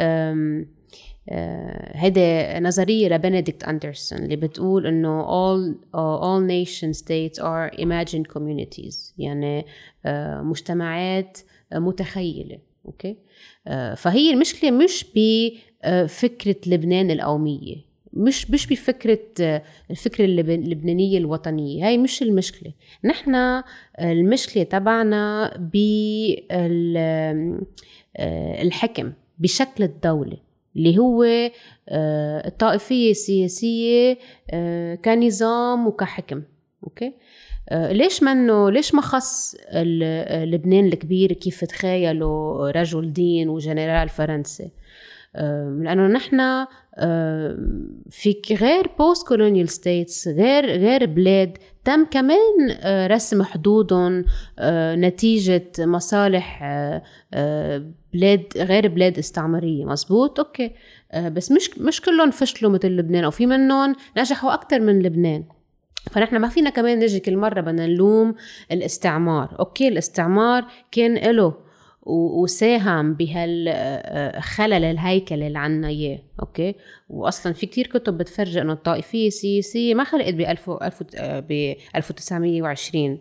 هذا نظرية لبنديكت أندرسون اللي بتقول إنه all uh, all nation states are imagined communities، يعني uh, مجتمعات uh, متخيلة. أوكي. uh, فهي المشكلة مش بفكرة لبنان القومية، مش مش بفكرة الفكرة اللبنانية الوطنية، هاي مش المشكلة. نحن المشكلة تبعنا بالحكم بشكل الدولة اللي هو الطائفية السياسية كنظام وكحكم. أوكي. ليش منه ليش ما خص لبنان الكبير كيف تخيلوا رجل دين وجنرال فرنسي؟ لأنه نحن في غير بوست كولونيال ستيتس، غير غير بلاد تم كمان رسم حدودهم نتيجة مصالح بلاد غير بلاد استعمارية. مزبوط. أوكي. بس مش مش كلهم فشلوا مثل لبنان، أو في منهم نجحوا أكتر من لبنان. فنحن ما فينا كمان نجي كل مرة بدنا نلوم الاستعمار. أوكي، الاستعمار كان له وساهم بهالخلل الهيكل اللي عنا إياه. أوكي. وأصلا في كتير كتب بتفرج إنه الطائفية السياسية ما خلقت ب ألف وتسعمية وعشرين،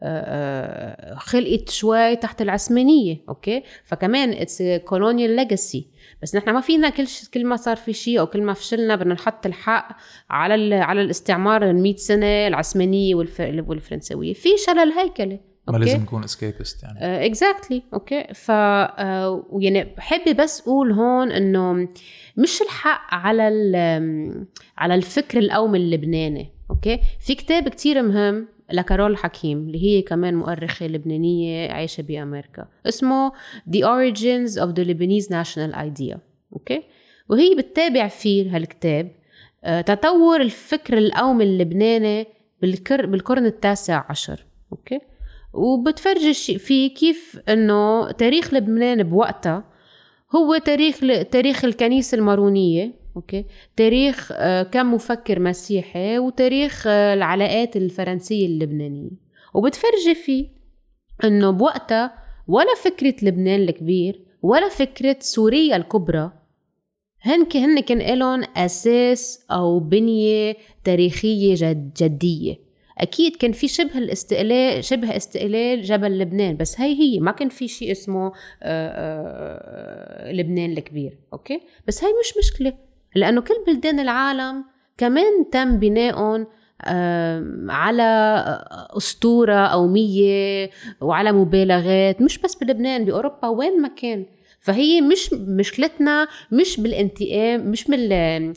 خلقت شوي تحت العثمانية. أوكي. فكمان it's a colonial legacy. بس نحن ما فينا كل كل ما صار في شيء أو كل ما فشلنا بدنا نحط الحق على على الاستعمار المئة سنة العثمانية والفرنسوية. في شلل هيكلي. ما لازم نكون اسكيبست يعني. اكزاكتلي. اوكي. ف يعني بحب بس اقول هون انه مش الحق على على الفكر القومي اللبناني. اوكي. في كتاب كتير مهم لكارول حكيم اللي هي كمان مؤرخة لبنانية عايشة بأمريكا، اسمه The Origins of the Lebanese National Idea. اوكي. وهي بتتابع فيه هالكتاب تطور الفكر القومي اللبناني بالقرن التاسع عشر. اوكي. وبتفرج فيه كيف انه تاريخ لبنان بوقتها هو تاريخ تاريخ الكنيسة المارونية. اوكي. تاريخ كم مفكر مسيحي، وتاريخ العلاقات الفرنسية اللبنانية. وبتفرج فيه انه بوقتها ولا فكرة لبنان الكبير ولا فكرة سوريا الكبرى هن هن كان لهم اساس او بنية تاريخية جد جدية. أكيد كان في شبه الاستقلال شبه استقلال جبل لبنان، بس هاي هي ما كان في شيء اسمه آآ آآ لبنان الكبير. أوكي. بس هاي مش مشكلة، لأنه كل بلدان العالم كمان تم بناء على أسطورة قومية وعلى مبالغات، مش بس بلبنان، بأوروبا وين ما كان. فهي مش مشكلتنا مش بالانتقام، مش بال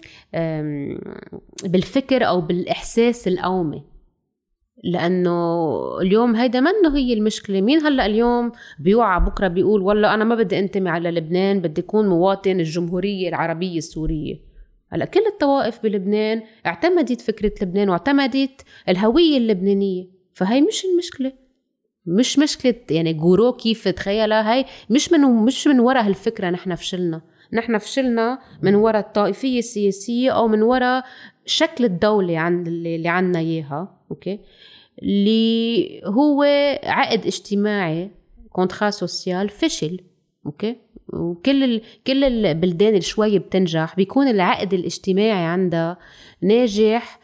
بالفكر أو بالإحساس القومي، لأنه اليوم هيدا منه هي المشكلة. مين هلأ اليوم بيوعى بكرة بيقول والله أنا ما بدي أنتمي على لبنان، بدي أكون مواطن الجمهورية العربية السورية؟ هلأ كل الطوائف بلبنان اعتمدت فكرة لبنان واعتمدت الهوية اللبنانية. فهي مش المشكلة، مش مشكلة يعني جورو كيف تخيلها. هاي مش من مش من وراء هالفكرة نحن فشلنا. نحن فشلنا من وراء الطائفية السياسية أو من وراء شكل الدولة عن اللي عنا إياها. أوكي. اللي هو عقد اجتماعي كونترا سوسيال فشل. اوكي. وكل ال... كل البلدان اللي شوي بتنجح بيكون العقد الاجتماعي عندها ناجح،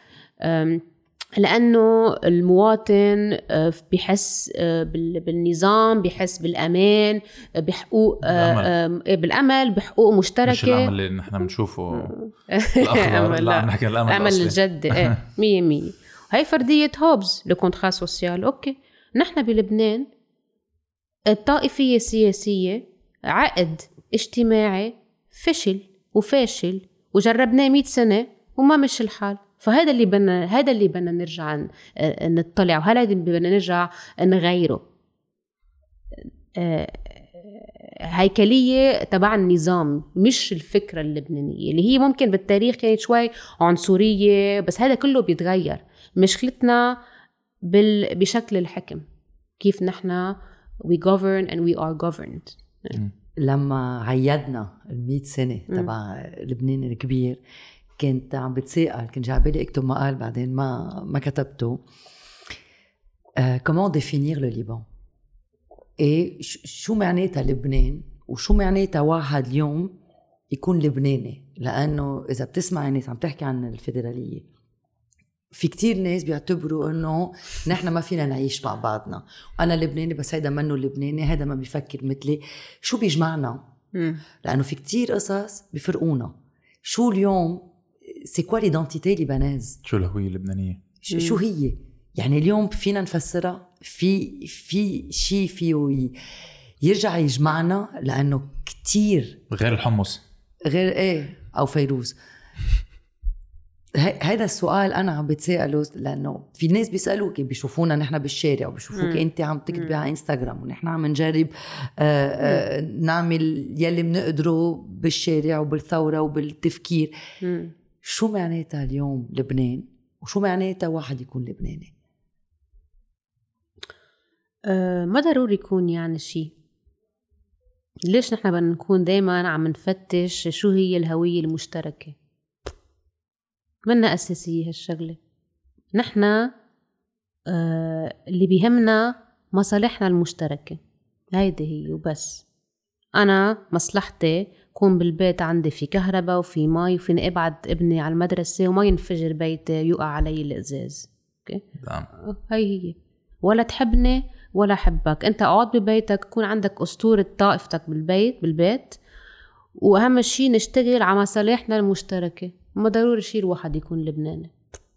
لانه المواطن بيحس بالنظام، بيحس بالامان، بحقوق بالامل, بالأمل بحقوق مشتركه. مش الامل اللي نحن بنشوفه الاخضر، لا نحكي الامل الامل الجد. مية مية. هاي فردية هوبز لكونترا سوسيال. أوكي. نحن بلبنان الطائفية السياسية عقد اجتماعي فشل وفاشل وجربناه مئة سنة وما مش الحال. فهذا اللي بدنا هذا اللي بدنا نرجع نطلع، وهذا اللي بدنا نرجع نغيره. هيكلية تبع النظام مش الفكرة اللبنانية اللي هي ممكن بالتاريخ كانت شوي عنصرية، بس هذا كله بيتغير. مشكلتنا بال... بشكل الحكم، كيف نحن we govern and we are governed. لما عيدنا المئة سنة تبع لبنان الكبير كنت عم بتسأل، كنت جعبالي اكتب مقال بعدين ما ما كتبته. uh, comment définir le Liban؟ ايه شو معناتها لبنان وشو معناتها واحد اليوم يكون لبناني؟ لأنه إذا بتسمع الناس عم تحكي عن الفيدرالية، في كتير ناس بيعتبروا إنه نحن ما فينا نعيش مع بعضنا، أنا لبناني بس هيدا منه لبناني، هيدا ما بيفكر مثلي. شو بيجمعنا؟ لأنه في كتير قصص بيفرقونا. شو اليوم سي كوا ليدنتيتي لبناز؟ شو الهوية اللبنانية؟ شو هي؟ يعني اليوم فينا نفسرها في في شيء فيه يرجع يجمعنا؟ لأنه كتير غير الحمص، غير ايه أو فيروز. هذا السؤال أنا عم بتسأله لأنه في ناس بيسألوك، بيشوفونا نحن بالشارع وبيشوفوك أنت عم تكتبي على إنستغرام ونحن عم نجرب آآ آآ نعمل يلي منقدره بالشارع وبالثورة وبالتفكير. مم. شو معناتها اليوم لبنان وشو معناتها واحد يكون لبناني؟ أه ما ضروري يكون يعني شيء. ليش نحن بدنا نكون دايما عم نفتش شو هي الهوية المشتركة؟ منا أساسية هالشغلة. نحن أه اللي بيهمنا مصالحنا المشتركة، هيدي هي وبس. أنا مصلحتي كون بالبيت عندي في كهرباء وفي مي وفيني أبعد ابني على المدرسة وما ينفجر بيتي يقع علي الإزاز. أوكي؟ نعم. هاي هي. ولا تحبني ولا حبك، أنت قاعد ببيتك، كون عندك أسطورة طائفتك بالبيت بالبيت وأهم شيء نشتغل على مصالحنا المشتركة. ما ضروري شيء الواحد يكون لبناني.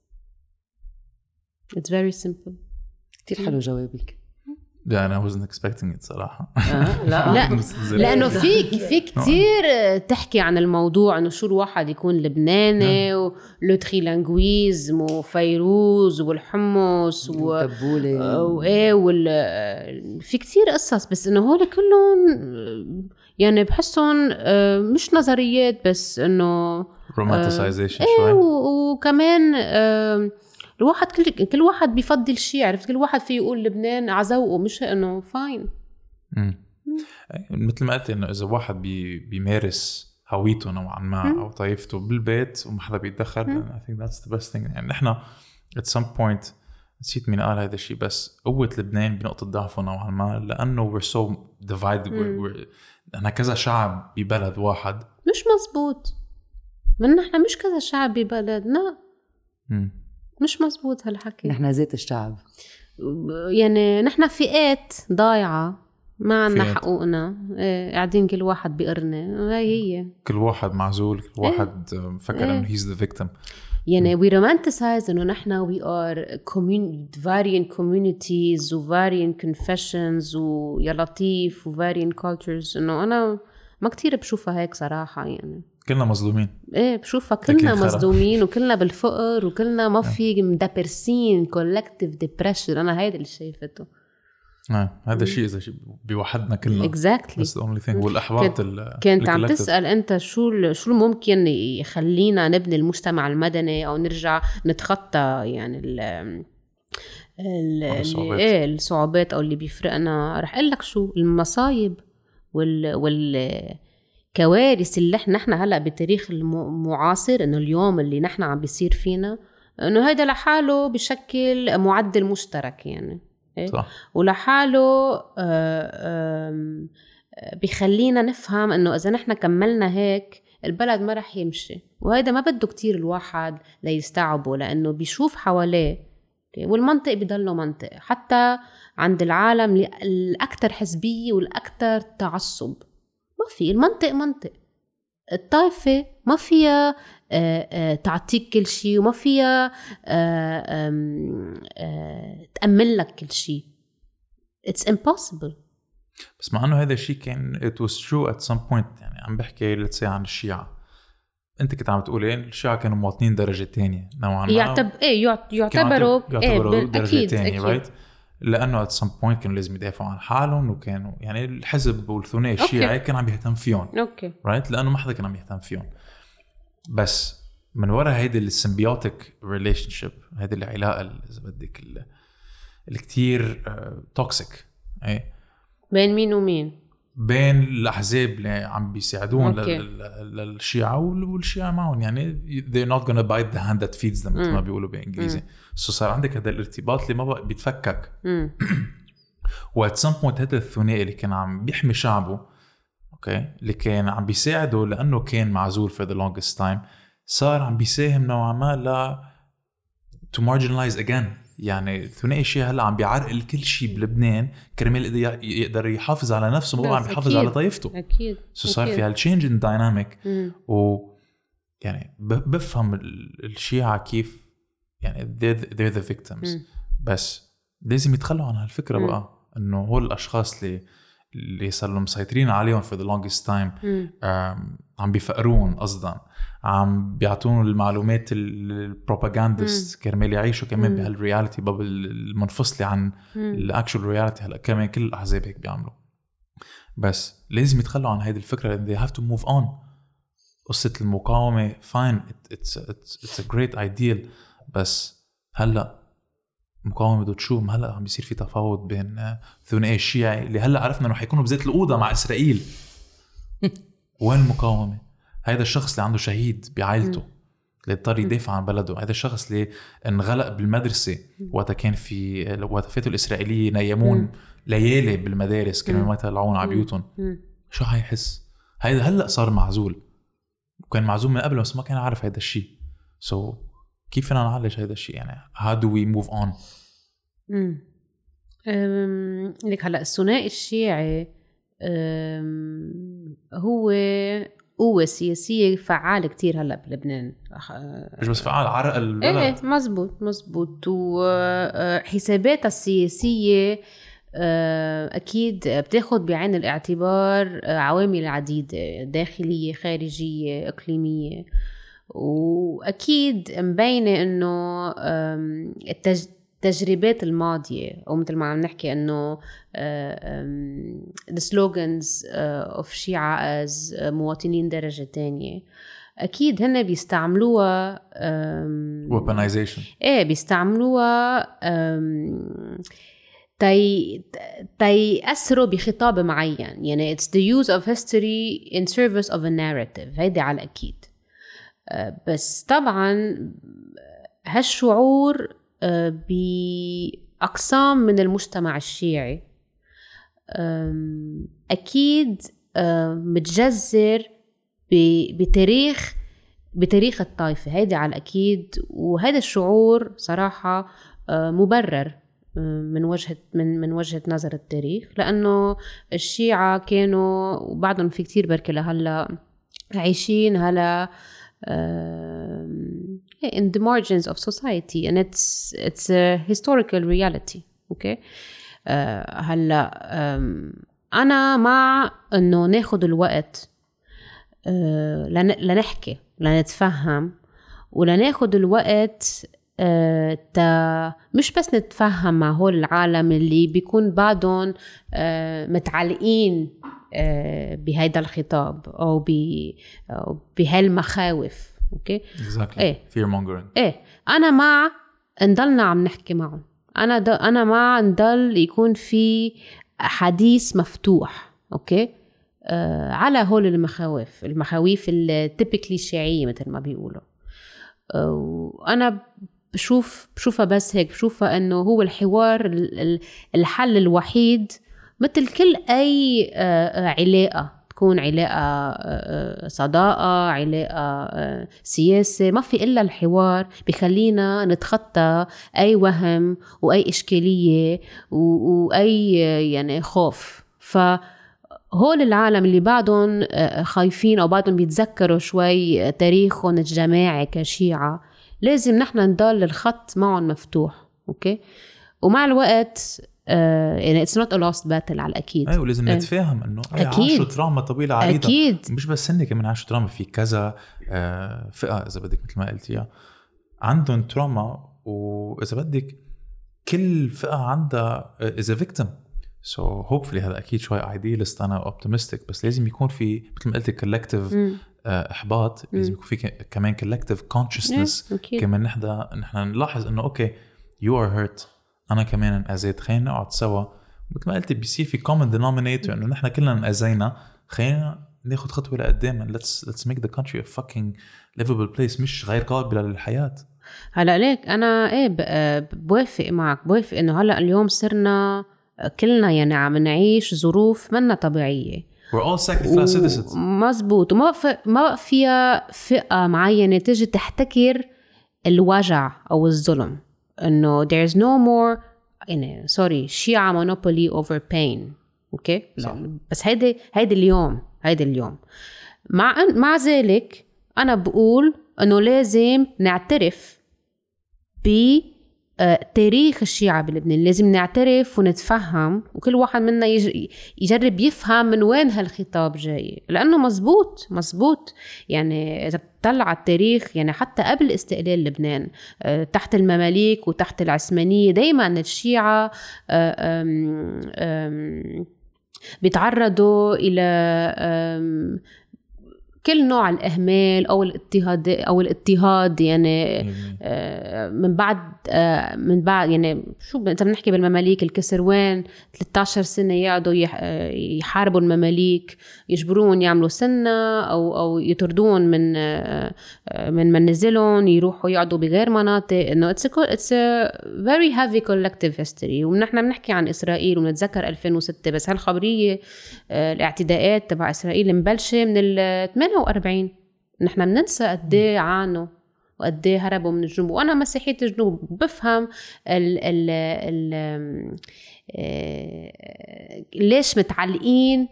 It's very simple. كتير حلو جوابك. لا أنا wasn't expecting it صراحة. آه لا لا لأنه في في كتير تحكي عن الموضوع إنه شو الواحد يكون لبناني والتريلانغويزم وفيروز والحمص والتبولة وإيه وال في كتير قصص، بس إنه هول كلهم يعني بحسهم مش نظريات بس إنه romanticization شوي. إيه وكمان الواحد كل كل واحد بيفضل شيء، عرفت؟ كل واحد فيه يقول لبنان عزوقه، مش انه فاين. امم مثل ما قلت انه اذا واحد بي بيمارس هويته نوعا ما او طائفته بالبيت وما حدا بيتدخل، I think that's the best thing. يعني نحن at some point نسيت مين قال هذا الشيء، بس قوة لبنان بنقطة ضعفه نوعا ما لأنه we're so divided. we're, نحن كذا شعب ببلد واحد. مش مزبوط. من نحن مش كذا شعب ببلد، لا امم مش مزبوط هالحكي. نحن ذات الشعب، يعني نحن فئات ضايعة ما عنا حقوقنا. ايه قاعدين كل واحد بقرنة، هاي هي كل واحد معزول، كل واحد ايه فكر انه he's the victim. يعني we romanticize انه نحن we are commun- varying communities و varying confessions ويا لطيف و varying cultures. انه انا ما كتير بشوفها هيك صراحة. يعني كلنا مظلومين. ايه بشوفها كلنا مظلومين وكلنا بالفقر وكلنا ما في مدبرسين collective depression. انا هيدا اللي شايفته. اه هذا الشيء اذا شيء بيوحدنا كلنا. exactly. بس the only thing والاحباط كنت عم تسأل انت شو شو ممكن يخلينا نبني المجتمع المدني او نرجع نتخطى يعني ال ال ايه الصعوبات او اللي بيفرقنا. رح اقول لك شو المصايب وال وال كوارث اللي نحن هلأ بتاريخ المعاصر. انه اليوم اللي نحن عم بيصير فينا انه هيدا لحاله بشكل معدل مشترك يعني. صح. ولحاله بيخلينا نفهم انه اذا نحن كملنا هيك البلد ما رح يمشي. وهذا ما بده كتير الواحد ليستوعبه، لانه بيشوف حواليه والمنطق بيضله منطق حتى عند العالم الاكثر حزبيه والاكثر تعصب. ما في المنطق منطق. الطائفة ما فيها تعطيك كل شيء وما فيها تأمن لك كل شيء. it's impossible. بس مع انه هذا الشيء كان it was true at some point. يعني عم بحكي let's say عن الشيعة، انت كنت عم تقولي الشيعة كانوا مواطنين درجة تانية نوعا ما، يعتب ايه يعتبروا يعتبروا إيه درجة أكيد تانية أكيد. right؟ لانه at some point كانوا لازم يدافعوا عن حالهم، وكانوا يعني الحزب والثنائي الشيعي كان عم يهتم فيهم اوكي right؟ لانه ما حدا كان عم يهتم فيهم. بس من وراء هيدي السيمبيوتيك ريليشن شيب، هيدي العلاقة اذا بدك اللي كتير توكسيك ايه بين مين ومين، بين الأحزاب اللي عم بيساعدون للشيعة والشيعة معهم. يعني they're not gonna bite the hand that feeds them مثل ما بيقولوا بالإنجليزي. سو صار عندك هذا الارتباط اللي ما بقى بيتفكك. وات سم بوينت هذا الثنائي اللي كان عم بيحمي شعبه اوكي، اللي كان عم بيساعده لأنه كان معزول for the longest time، صار عم بيساهم نوعا ما ل to marginalize again. يعني الثنائي الشيعي هلا عم بيعرقل كل شيء بلبنان كرمال يقدر يحافظ على نفسه، ما عم يحافظ على طائفته. اكيد سو صار في هالتشينج ان دايناميك. و يعني بفهم الشيعة كيف يعني they're, they're the victims. م. بس لازم يتخلوا عن هالفكرة م. بقى انه هو الاشخاص اللي اللي صاروا مسيطرين عليهم for the longest time عم بيفقرون قصدا، عم بيعطون المعلومات البروباغاندست كرمال يعيشوا كمان بهالرياليتي بابل المنفصلة عن الاكشوال رياليتي. هلا كمان كل الاحزاب هيك بيعملوا. بس لازم يتخلوا عن هيدي الفكرة لأن they have to move on. قصة المقاومة fine it's, it's, it's a great ideal، بس هلا مقاومة بدو تشوف هلا عم بيصير في تفاوض بين ثنائي الشيعي اللي هلا عرفنا انه حيكونوا بذات الأوضة مع إسرائيل. وين المقاومة؟ هيدا الشخص اللي عنده شهيد بعائلته اللي اضطر يدافع عن بلده، هيدا الشخص اللي انغلق بالمدرسة وقت كان في وقت فاتوا الإسرائيلية نيمون ليالي بالمدارس كانوا ما يطلعون على بيوتهم. شو هيحس؟ هيدا هلا صار معزول، وكان معزول من قبل بس ما كان عارف هيدا الشيء. so كيف فينا نعالج هيدا الشيء؟ يعني how do we move on؟ امم لك هلا الثنائي الشيعي هو قوة سياسية فعالة كتير هلا بلبنان، مش بس فعال، عرق البلد. ايه مزبوط مزبوط. وحساباتها السياسية أكيد بتاخد بعين الاعتبار عوامل عديدة داخلية خارجية إقليمية، وأكيد مبينة إنه التجربات الماضية أو مثل ما عم نحكي إنه the slogans of شيعة as مواطنين درجة تانية أكيد هن بيستعملوها weaponization. إيه بيستعملوها تي تيأثروا بخطاب معين. يعني it's the use of history in service of a narrative، هيدا على أكيد. بس طبعا هالشعور بأقسام من المجتمع الشيعي أكيد متجذر بتاريخ بتاريخ الطائفة، هيدا على أكيد. وهذا الشعور صراحة مبرر من وجهة من من وجهة نظر التاريخ، لأنه الشيعة كانوا وبعضهم في كتير بركة لهلا عايشين هلا uh, in the margins of society and it's it's a historical reality. okay uh, هلا um, أنا مع إنه ناخد الوقت uh, لن, لنحكي لنتفهم ولناخد الوقت Uh, تا مش بس نتفهم مع هول العالم اللي بيكون بعضهم uh, متعلقين uh, بهيدا الخطاب أو بهالمخاوف. okay? exactly. إيه. fear mongering. إيه أنا مع نضلنا عم نحكي معهم، أنا د... أنا مع نضل يكون في حديث مفتوح أوكي uh, على هول المخاوف المخاويف التيبيكلي الشيعية مثل ما بيقولوا. وأنا uh, بشوف بشوفها بس هيك بشوفها أنه هو الحوار الحل الوحيد مثل كل أي علاقة، تكون علاقة صداقة علاقة سياسة، ما في إلا الحوار بيخلينا نتخطى أي وهم وأي إشكالية وأي يعني خوف. فهول العالم اللي بعضهم خايفين أو بعضهم بيتذكروا شوي تاريخهم الجماعي كشيعة، لازم نحن نضل الخط معهم مفتوح. أوكي. ومع الوقت آه يعني it's not a lost battle على الأكيد. أيوة ولازم آه. نتفاهم إنه عاشوا تراما طويلة عريضة. أكيد. مش بس هن كمان عاشوا تراما في كذا آه فئة إذا بدك مثل ما قلتيها عندهم تراما، وإذا بدك كل فئة عندها إذا victim. so hopefully هذا أكيد شوي idealist أنا optimistic، بس لازم يكون في مثل ما قلت collective إحباط، لازم يكون في كمان collective consciousness كمان نحدا نحن نلاحظ إنه أوكي you are hurt أنا كمان انأذيت، خلينا نقعد سوا مثل ما قلت بيصير في common denominator إنه نحن كلنا انأذينا، خلينا ناخد خطوة لقدام let's let's make the country a fucking livable place مش غير قابلة للحياة. هلا ليك أنا إيه بوافق معك، بوافق إنه هلا اليوم صرنا كلنا يعني عم نعيش ظروف منا طبيعية. We're all second class citizens. مزبوط. وما ما فيها فئة معينة تجي تحتكر الوجع أو الظلم، إنه there is no more يعني sorry شيعة monopoly over pain. أوكي okay? بس هيدا هيدا اليوم هيدا اليوم مع مع ذلك أنا بقول إنه لازم نعترف بتاريخ الشيعة بلبنان، لازم نعترف ونتفهم، وكل واحد منا يجرب يفهم من وين هالخطاب جاي، لأنه مزبوط مزبوط. يعني إذا بتطلع على التاريخ يعني حتى قبل استقلال لبنان تحت المماليك وتحت العثمانية دايما الشيعة أم أم بيتعرضوا إلى كل نوع الإهمال أو الاضطهاد أو الاضطهاد يعني من بعد من بعد يعني شو إذا بنحكي بالمماليك الكسروان ثلاثة عشر سنة يقعدوا يحاربوا المماليك، يجبرون يعملوا سنة أو أو يطردون من من منزلهم، يروحوا يقعدوا بغير مناطق. إنه it's a it's a very heavy collective history. ونحن بنحكي عن إسرائيل ونتذكر ألفين وستة، بس هالخبرية الاعتداءات تبع إسرائيل مبلشة من ال ثمانية وأربعين. نحن بننسى قد ايه عانوا وقد ايه هربوا من الجنوب. وانا مسيحيه الجنوب بفهم ال ال ال ليش متعلقين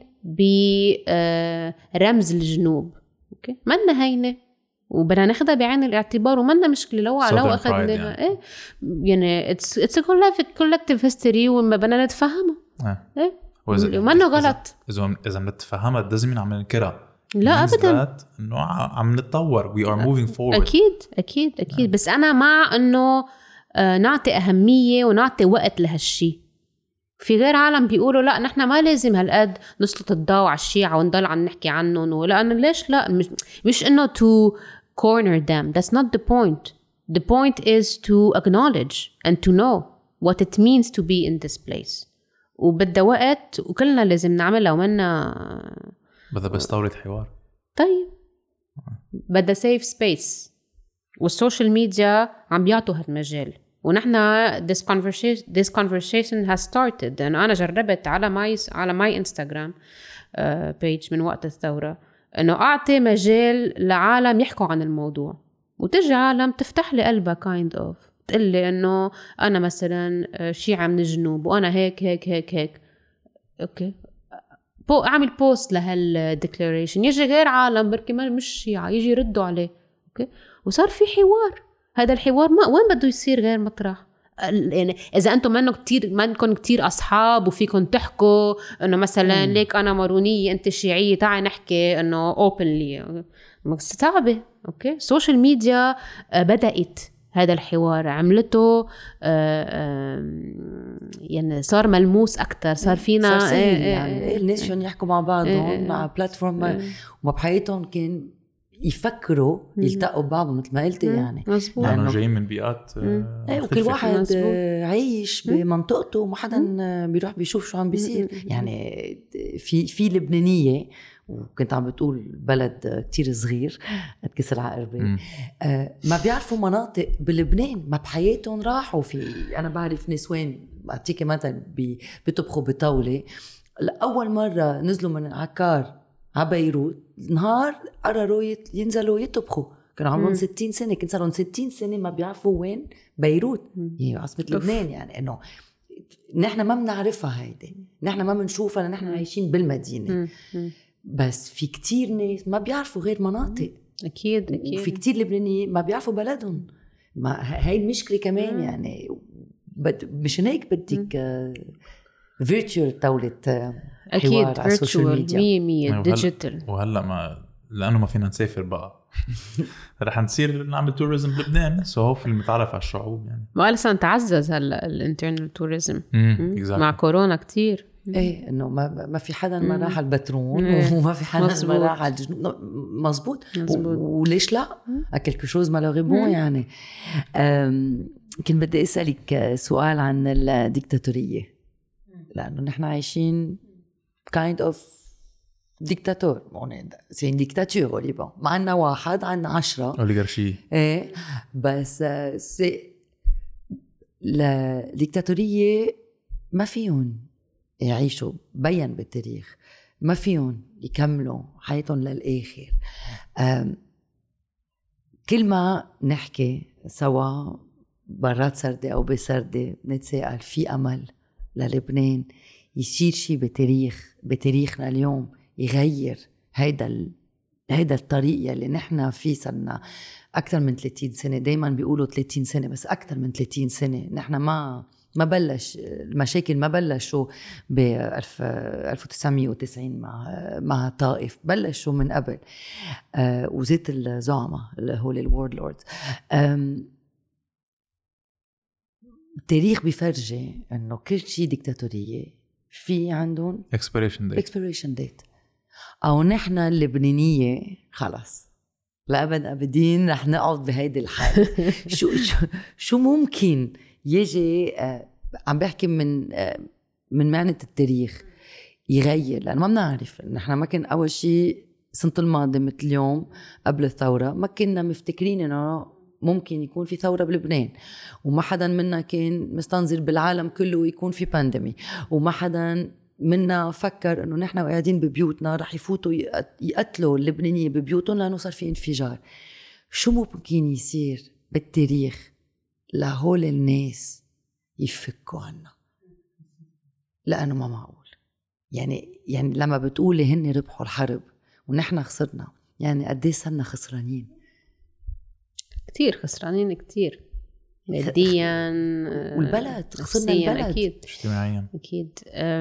برمز الجنوب. اوكي منا هينه وبدنا ناخدها بعين الاعتبار، ومنا مشكله لو لو اخذناها ايه يعني اتس اتس كولكتيف هيستوري وما بدنا نتفهمها. ايه ومنه غلط. اذا اذا بنتفهمها لازم نعمل ننكرها. لا أبداً إنه عم نتطور we are moving forward. أكيد أكيد أكيد آه. بس أنا مع إنه آه نعطي أهمية ونعطي وقت لهالشي. في غير عالم بيقولوا لا نحن ما لازم هالقد نسلط الضوء على الشيعة ونضل عن نحكي عنهم، ولأن ليش لا مش, مش إنه to corner them. that's not the point. the point is to acknowledge and to know what it means to be in this place. وبدأ وقت وكلنا لازم نعملها ومنا بدأ بس دورة حوار. طيب بدأ safe space، والسوشيال ميديا عم بيعطوا هالمجال، ونحن this conversation this conversation has started. أنا أنا جربت على ماي على ماي إنستغرام page من وقت الثورة إنه أعطي مجال لعالم يحكوا عن الموضوع، وتجي عالم تفتح لي قلبها kind of تقول لي إنه أنا مثلا شيعة من الجنوب وأنا هيك هيك هيك هيك. أوكي بو أعمل بوست لهالديكلاريشن، يجي غير عالم بركي ما مش شيعة يجي يردوا عليه. أوكي وصار في حوار. هذا الحوار ما وين بده يصير غير مطرح يعني إذا أنتم منو كتير ما نكون كتير أصحاب وفيكم تحكوا إنه مثلا مم. ليك أنا مارونية أنت شيعية تعي نحكي إنه openly صعبة. أوكي السوشيال ميديا بدأت هذا الحوار عملته يعني صار ملموس أكتر، صار فينا صار سهل يعني الناس شون يحكوا مع بعضهم مع بلاتفورم وما بحياتهم كان يفكروا يلتقوا ببعضهم مثل ما قلتي يعني لأنه جايين من بيئات وكل واحد مزبوط. عايش بمنطقته وما حدا بيروح بيشوف شو عم بيصير. يعني في في لبنانية وكنت عم بتقول بلد كتير صغير اتكسر عقربي آه ما بيعرفوا مناطق بلبنان ما بحياتهم راحوا في. أنا بعرف نسوان أعطيك مثلا بيطبخوا بطاولة لأول مرة نزلوا من عكار على بيروت نهار قرروا ينزلوا يطبخوا، كانوا عمرهم ستين سنة، كنت صاروا ستين سنة ما بيعرفوا وين بيروت هي عاصمة لبنان. يعني إنه نحن ما بنعرفها هيدا، نحن ما بنشوفها، نحن عايشين بالمدينة بس في كتير ناس ما بيعرفوا غير مناطق. أكيد أكيد وفي كتير لبنانيين ما بيعرفوا بلدهم. ما هاي المشكلة كمان يعني مشان هيك بدك فيرتشوال طاولة اكيد حوار على السوشيال فيرتشوال ميديا. مية مية ديجيتال. وهلا ما لانه ما فينا نسافر بقى رح نصير نعمل توريزم بلبنان سو هوفلي نتعرف على الشعوب يعني. ما لسه تعزز هلا الانترنال توريزم exactly. مع كورونا كتير. ايه انه ما ما في حدا ما راح على البترون وما في حدا ما راح على الجنوب. مزبوط, مزبوط. وليش لا اكل شوز مالوغيبون يعني. كنت بدي اسالك سؤال عن الديكتاتوريه لانه نحن عايشين kind of ديكتاتور. سي ديكتاتور أوليبان ما عنا واحد عنا عشرة أوليغارشي. ايه بس سي الديكتاتوريه ما فيهم يعيشوا بين بالتاريخ ما فيهم يكملوا حياتهم للآخر. كل ما نحكي سوا برات سردة أو بسردة نتساءل في أمل للبنان يصير شيء بتاريخ بتاريخنا اليوم يغير هيدا ال... هيدا الطريق اللي نحن فيه صرنا أكثر من ثلاثين سنة. دايما بيقولوا ثلاثين سنة بس أكثر من ثلاثين سنة نحن ما ما بلش المشاكل ما بلشوا ب ألف وتسعمية وتسعين مع مع طائف بلشوا من قبل آه وزيت الزعماء اللي هو الورد لوردز. التاريخ بيفرجي انه كل شيء ديكتاتوريه في عندهم expiration date expiration date او نحن اللبنانيه خلص لأبد أبدين رح نقعد بهيدي الحال. شو شو شو ممكن يجي آه عم بحكي من آه من معنى التاريخ يغير لأن ما بنعرف. نحن ما كان أول شيء سنة الماضي مثل اليوم قبل الثورة ما كنا مفتكرين إنه ممكن يكون في ثورة بلبنان وما حدا منا كان مستنظر بالعالم كله يكون في بانديمي وما حدا منا فكر إنه نحن قاعدين ببيوتنا رح يفوتوا يقتلوا اللبنانية ببيوتهم لأنه صار في انفجار. شو ممكن يصير بالتاريخ لهول الناس يفكوا عنا لأنه ما معقول يعني. يعني لما بتقولي هن ربحوا الحرب ونحن خسرنا يعني قديه صرنا خسرانين كتير خسرانين كتير ماديا والبلد خسرنا البلد أكيد اجتماعيا أكيد.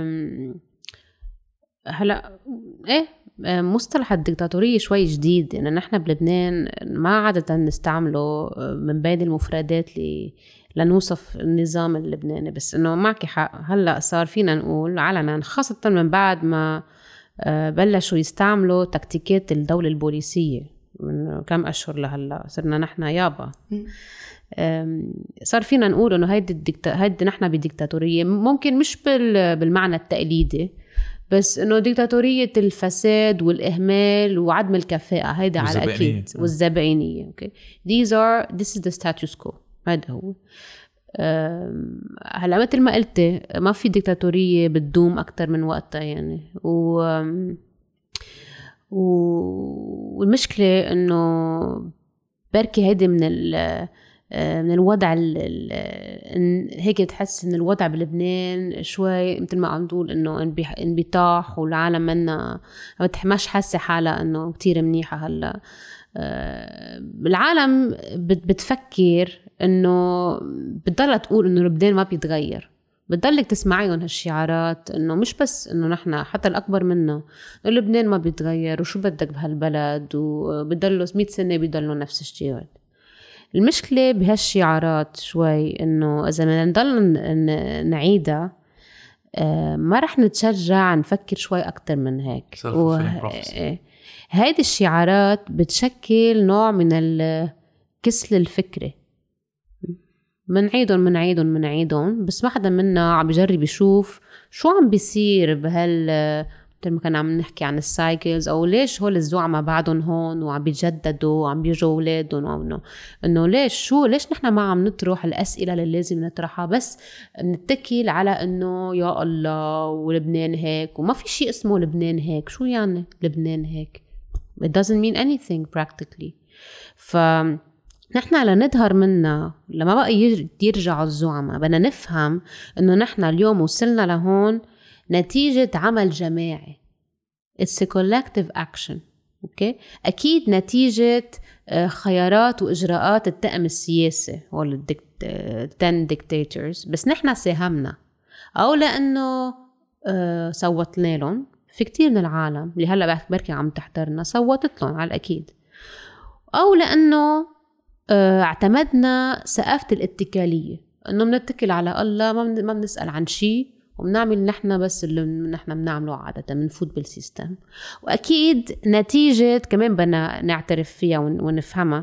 هلا إيه مصطلح الدكتاتورية شوي جديد إن نحن بلبنان ما عادة نستعمله من بين المفردات اللي لنوصف النظام اللبناني بس إنه معك حق هلا صار فينا نقول علنا خاصة من بعد ما بلشوا يستعملوا تكتيكات الدولة البوليسية من كم أشهر لهلا صرنا نحن يابا صار فينا نقول إنه هيدي الدكتا هيدي نحن بديكتاتورية ممكن مش بالمعنى التقليدي بس إنه ديكتاتورية الفساد والإهمال وعدم الكفاءة هيدا على أكيد والزبائنية. أوكي these are this is the status quo هذا هو. هلا مثل ما قلت ما في ديكتاتورية بتدوم أكتر من وقتها يعني و والمشكلة إنه بركي هيدي من ال من الوضع هيك تحس إن الوضع بلبنان شوي مثل ما عم تقول إنه انبطاح والعالم منا مش حاسة حالها إنه كتير منيحة. هلا العالم بتفكر إنه بتضل تقول إنه لبنان ما بيتغير بتضلك تسمعيهم هالشعارات إنه مش بس إنه نحنا حتى الأكبر منا لبنان ما بيتغير وشو بدك بهالبلد وبتضلوا مئة سنة بيضلوا نفس الشيء. المشكلة بهالشعارات شوي إنه إذا بدنا نضل نعيدها ما رح نتشجع نفكر شوي أكتر من هيك. هيدي الشعارات بتشكل نوع من الكسل الفكري منعيدهم منعيدهم منعيدهم بس ما حدا منا عم بيجرب يشوف شو عم بيصير بهال مثل ما كنا عم نحكي عن السايكلز او ليش هول الزعماء بعدهم هون وعم بيجددوا وعم بيجوا اولادهم انه انه ليش شو ليش نحن ما عم نطرح الاسئله اللي لازم نطرحها بس نتكل على انه يا الله ولبنان هيك وما في شيء اسمه لبنان هيك. شو يعني لبنان هيك؟ it doesn't mean anything practically. ف نحن لنظهر منا لما بقى يرجعوا الزعماء بدنا نفهم انه نحن اليوم وصلنا لهون نتيجة عمل جماعي. It's a collective action. أوكي. أكيد نتيجة خيارات وإجراءات الطاقم السياسي ولا التن ديكتاتورز، بس نحن ساهمنا أو لأنه صوتنا لهم. في كتير من العالم اللي هلأ بركي عم تحضرنا صوتت لهم على الأكيد، أو لأنه اعتمدنا ثقافة الاتكالية، أنه بنتكل على الله، ما بنسأل عن شيء وبنعمل نحن بس اللي نحن بنعمله عادة، بنفوت بالسيستم. وأكيد نتيجة كمان بدنا نعترف فيها ونفهمها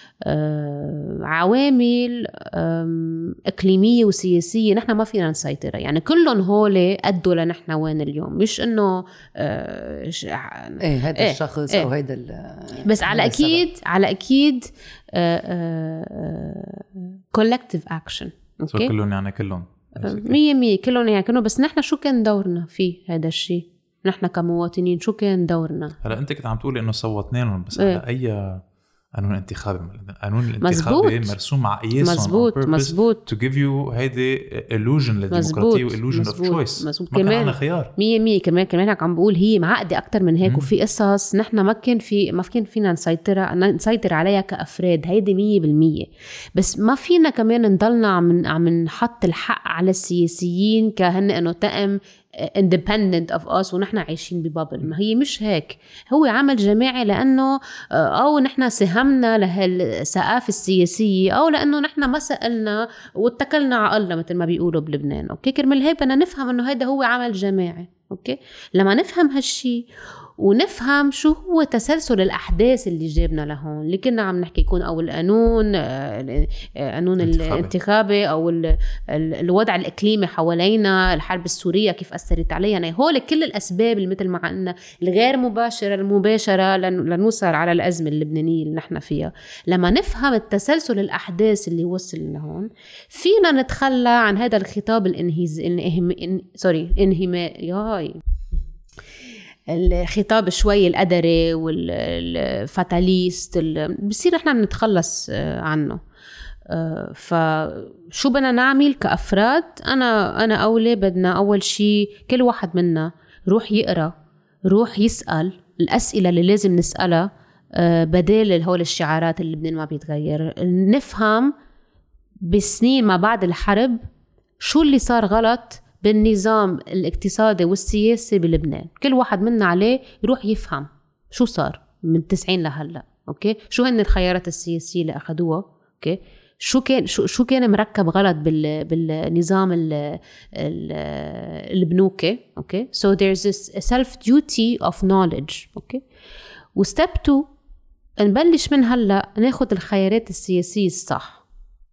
آه عوامل إقليمية وسياسية نحن ما فينا نسيطرها. يعني كلهم هول أدوا لنحن وين اليوم، مش إنه آه ش... إيه هذا إيه الشخص إيه أو هذا بس على أكيد السبب. على أكيد آه آه collective action. أوكي. كلهم يعني كلهم مية مية كلهم يعني كلهم. بس نحن شو كان دورنا في هذا الشيء؟ نحن كمواطنين شو كان دورنا؟ هلا أنت كنت عم تقولي إنه صوتنا لهم، بس إيه؟ على أي قانون انتخابي؟ قانون الانتخابي مرسوم مع قياسهم مزبوط مزبوط to give you هيدي illusion للديمقراطية و illusion of choice. ما كان عنا خيار. مية مية كمان كمان هيك عم بقول هي معقدة أكتر من هيك. مم. وفي قصص نحن ما كان في ما كان فينا نسيطر نسيطر عليها كأفراد، هيدي مية بالمية. بس ما فينا كمان نضلنا عم عم نحط الحق على السياسيين كهن إنه تقم independent of us ونحن عايشين ببابل. ما هي مش هيك، هو عمل جماعي، لأنه أو نحن ساهمنا لهالثقافة السياسية، أو لأنه نحن ما سألنا واتكلنا على الله مثل ما بيقولوا بلبنان. أوكي. كرمال هيك بدنا نفهم إنه هيدا هو عمل جماعي. أوكي. لما نفهم هالشي ونفهم شو هو تسلسل الأحداث اللي جابنا لهون، اللي كنا عم نحكي يكون أو القانون قانون الانتخابي أو ال الوضع الإقليمي حوالينا، الحرب السورية كيف أثرت علينا، يعني هول كل الأسباب اللي مثل ما قلنا الغير مباشرة المباشرة لنوصل على الأزمة اللبنانية اللي نحن فيها. لما نفهم التسلسل الأحداث اللي وصل لهون فينا نتخلى عن هذا الخطاب الانهيز إن... إن... سوري انهمائي، الخطاب شوي القدري والفاتاليست بصير احنا بنتخلص عنه. فشو بدنا نعمل كأفراد؟ أنا أنا أولي بدنا أول شيء كل واحد منا روح يقرأ، روح يسأل الأسئلة اللي لازم نسألها بدال هول الشعارات اللي لبنان ما بيتغير. نفهم بسنين ما بعد الحرب شو اللي صار غلط بالنظام الاقتصادي والسياسي بلبنان. كل واحد منا عليه يروح يفهم شو صار من تسعين لهلا. اوكي. شو هن الخيارات السياسيه اللي اخذوها؟ اوكي. شو كان شو شو كان مركب غلط بال بالنظام ال ال البنوكي. اوكي. so there's this self duty of knowledge. اوكي. وستيب تو نبلش من هلا ناخد الخيارات السياسيه الصح.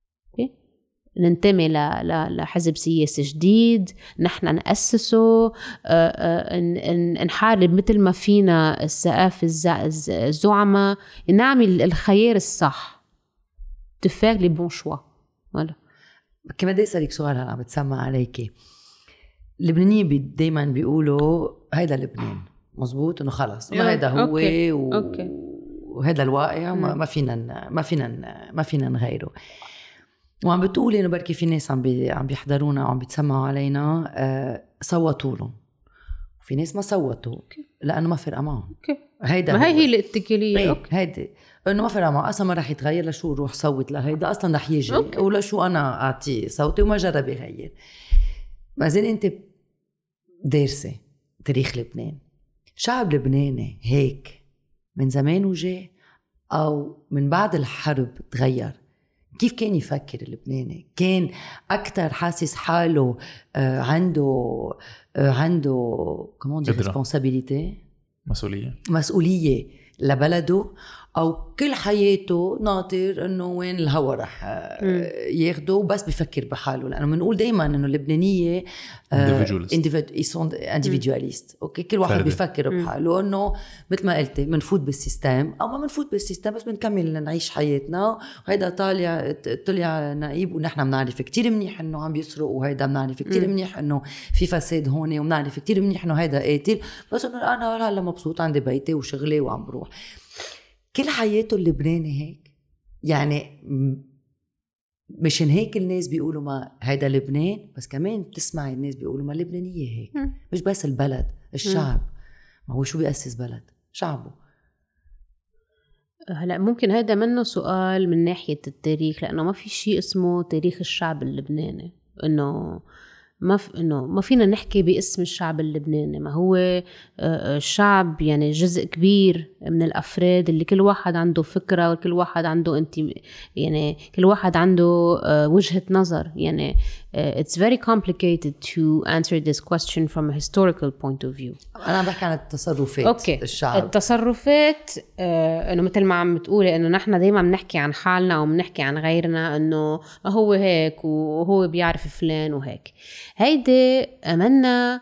ننتمي لحزب سياسي جديد، نحن نأسسه، نحارب مثل ما فينا الثقافة الزعماء، نعمل الخيار الصح، تفاق لي بون شوا. ولا كما بدي أسألك سؤال هلا عم بتسمع عليكي. اللبنانيين دايما بيقولوا هيدا لبنان مزبوط، انه خلص ما هيدا هو أوكي. و... أوكي. وهذا الواقع ما فينا ما فينا ما فينا نغيره. وعم بتقولي انه بركي في ناس عم بي عم بيحضرونا وعم بيتسمعوا علينا آه صوتوا لهم، وفي ناس ما صوتوا أوكي. لانه ما فرق معهم. اوكي. هيدا ما هي هي الاتكاليه. ايه هيدي انه ما فرق معه اصلا، ما راح يتغير. لشو روح صوت لهيدا اصلا رح يجي أوكي. ولا شو انا اعطيه صوتي وما جرب يغير. ما زين انت دارسه تاريخ لبنان، شعب لبناني هيك من زمان وجاي او من بعد الحرب تغير؟ كيف كان يفكر اللبناني؟ كان أكتر حاسس حاله آه عنده آه عنده كمان دي ريسبونسابيلتي، مسؤولية مسؤولية لبلده، أو كل حياته ناطر إنه وين الهوا رح آه ياخده بس بيفكر بحاله؟ لأنه بنقول دايما إنه اللبنانية individualist. أوكي. كل واحد فردي. بيفكر بحاله إنه مثل ما قلتي منفوت بالسيستم أو ما منفوت بالسيستم، بس بنكمل نعيش حياتنا. وهيدا طالع طلع نائب ونحن بنعرف كتير منيح إنه عم بيسرق، وهيدا بنعرف كتير منيح إنه في فساد هون، وبنعرف كتير منيح إنه هيدا قاتل، بس إنه أنا هلا مبسوط عندي بيتي وشغلي وعم بروح. كل حياته اللبناني هيك. يعني مشان هيك الناس بيقولوا ما هيدا لبنان، بس كمان تسمعي الناس بيقولوا ما اللبنانية هيك. م. مش بس البلد، الشعب. م. ما هو شو بيأسس بلد؟ شعبه. هلا ممكن هذا منه سؤال من ناحية التاريخ، لأنه ما في شيء اسمه تاريخ الشعب اللبناني، إنه ما ف... إنه ما فينا نحكي باسم الشعب اللبناني. ما هو الشعب يعني جزء كبير من الأفراد اللي كل واحد عنده فكرة وكل واحد عنده انت يعني كل واحد عنده وجهة نظر. يعني it's very complicated to answer this question from a historical point of view. أنا بحكي عن التصرفات. أوكي. الشعب التصرفات آه إنه مثل ما عم بتقولي إنه نحن دايما بنحكي عن حالنا أو بنحكي عن غيرنا إنه هو هيك وهو بيعرف فلان وهيك. هيدا أمنا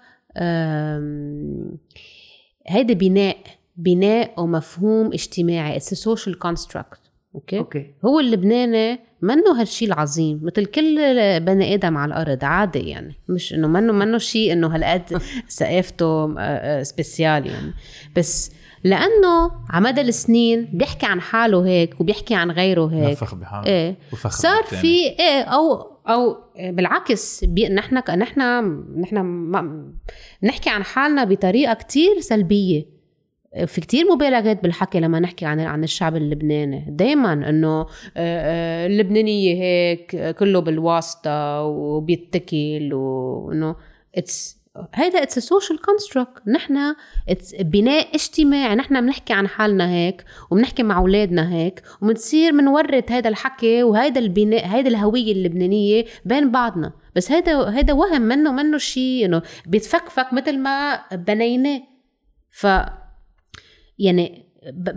هيدا بناء بناء ومفهوم اجتماعي. it's a social construct. أوكي. أوكي. هو اللبناني منه هالشي العظيم مثل كل بني آدم على الأرض عادي، يعني مش إنه منه منه شيء إنه هالقد سقفته سبيسيال يعني. بس لأنه عمد السنين بيحكي عن حاله هيك وبيحكي عن غيره هيك، نفخ بحاله إيه صار في إيه أو أو بالعكس نحن نحن نحن نحكي عن حالنا بطريقة كتير سلبية. في كتير مبالغات بالحكي لما نحكي عن عن الشعب اللبناني. دايما انه اللبنانية هيك كله بالواسطة وبيتكل وانه اتس هيدا اتس سوشيال كونستراكت. نحن بناء اجتماعي، نحن بنحكي عن حالنا هيك وبنحكي مع اولادنا هيك وبنصير منورد هيدا الحكي وهيدا البناء هيدا الهوية اللبنانية بين بعضنا. بس هيدا هيدا وهم منه منه شيء انه بيتفكفك مثل ما بنيناه. ف يعني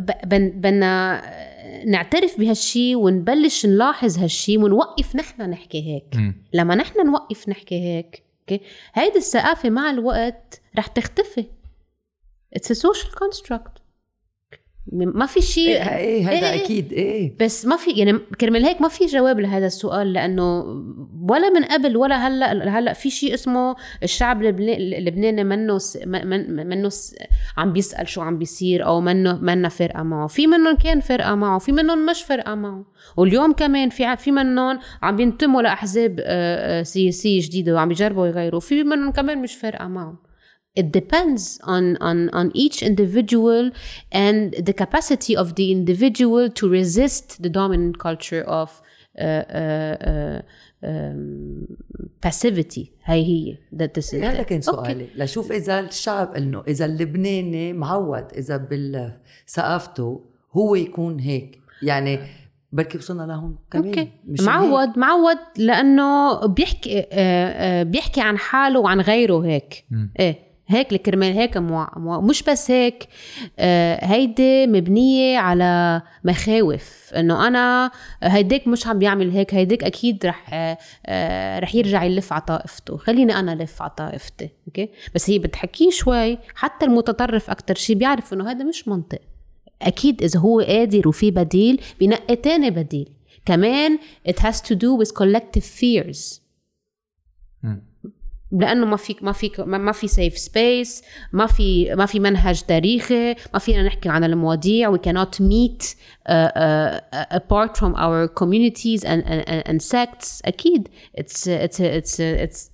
بدنا نعترف بهالشي ونبلش نلاحظ هالشي ونوقف نحن نحكي هيك. م. لما نحن نوقف نحكي هيك هيدي الثقافة مع الوقت رح تختفي. It's a social construct. ما في شيء ايه, إيه هذا إيه اكيد ايه بس ما في يعني كرمال هيك ما في جواب لهذا السؤال، لانه ولا من قبل ولا هلا هلا في شيء اسمه الشعب اللبناني منه من منه عم بيسال شو عم بيصير او منه منه فرقه معه. في منهم كان فرقه معه، في منهم مش فرقه معه، واليوم كمان في في منهم عم بينتموا لاحزاب سياسيه جديده وعم بيجربوا يغيروا، في منهم كمان مش فرقه معه. It depends on, on, on each individual and the capacity of the individual to resist the dominant culture of uh, uh, uh, um, passivity. هاي هي that this is. هذا كان سؤالي. okay. لشوف إذا الشعب إنه إذا اللبناني معود إذا بالثقافته هو يكون هيك يعني بركي وصلنا لهون كمان. okay. مش معود هيك. معود لأنه بيحكي آه بيحكي عن حاله وعن غيره هيك. م. إيه هيك لكرمال هيك مو... مو... مش بس هيك. آه هيدي مبنية على مخاوف انه انا هيديك مش عم بيعمل هيك، هيديك اكيد رح آه آه رح يرجع يلف على طائفته، خليني انا لف على طائفتي. اوكي بس هي بتحكيه شوي حتى المتطرف اكتر شيء بيعرف انه هذا مش منطق. اكيد اذا هو قادر وفي بديل بينقي تاني بديل كمان. it has to do with collective fears. م. لأنه ما في ما في ما في safe space، ما في ما في منهج تاريخي، ما فينا نحكي عن المواضيع. we cannot meet uh, uh, apart from our communities and and, and sects. أكيد it's it's it's it's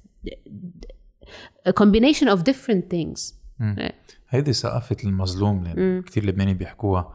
a combination of different things. هيدي ثقافة المظلوم اللي كتير لبناني بيحكوها.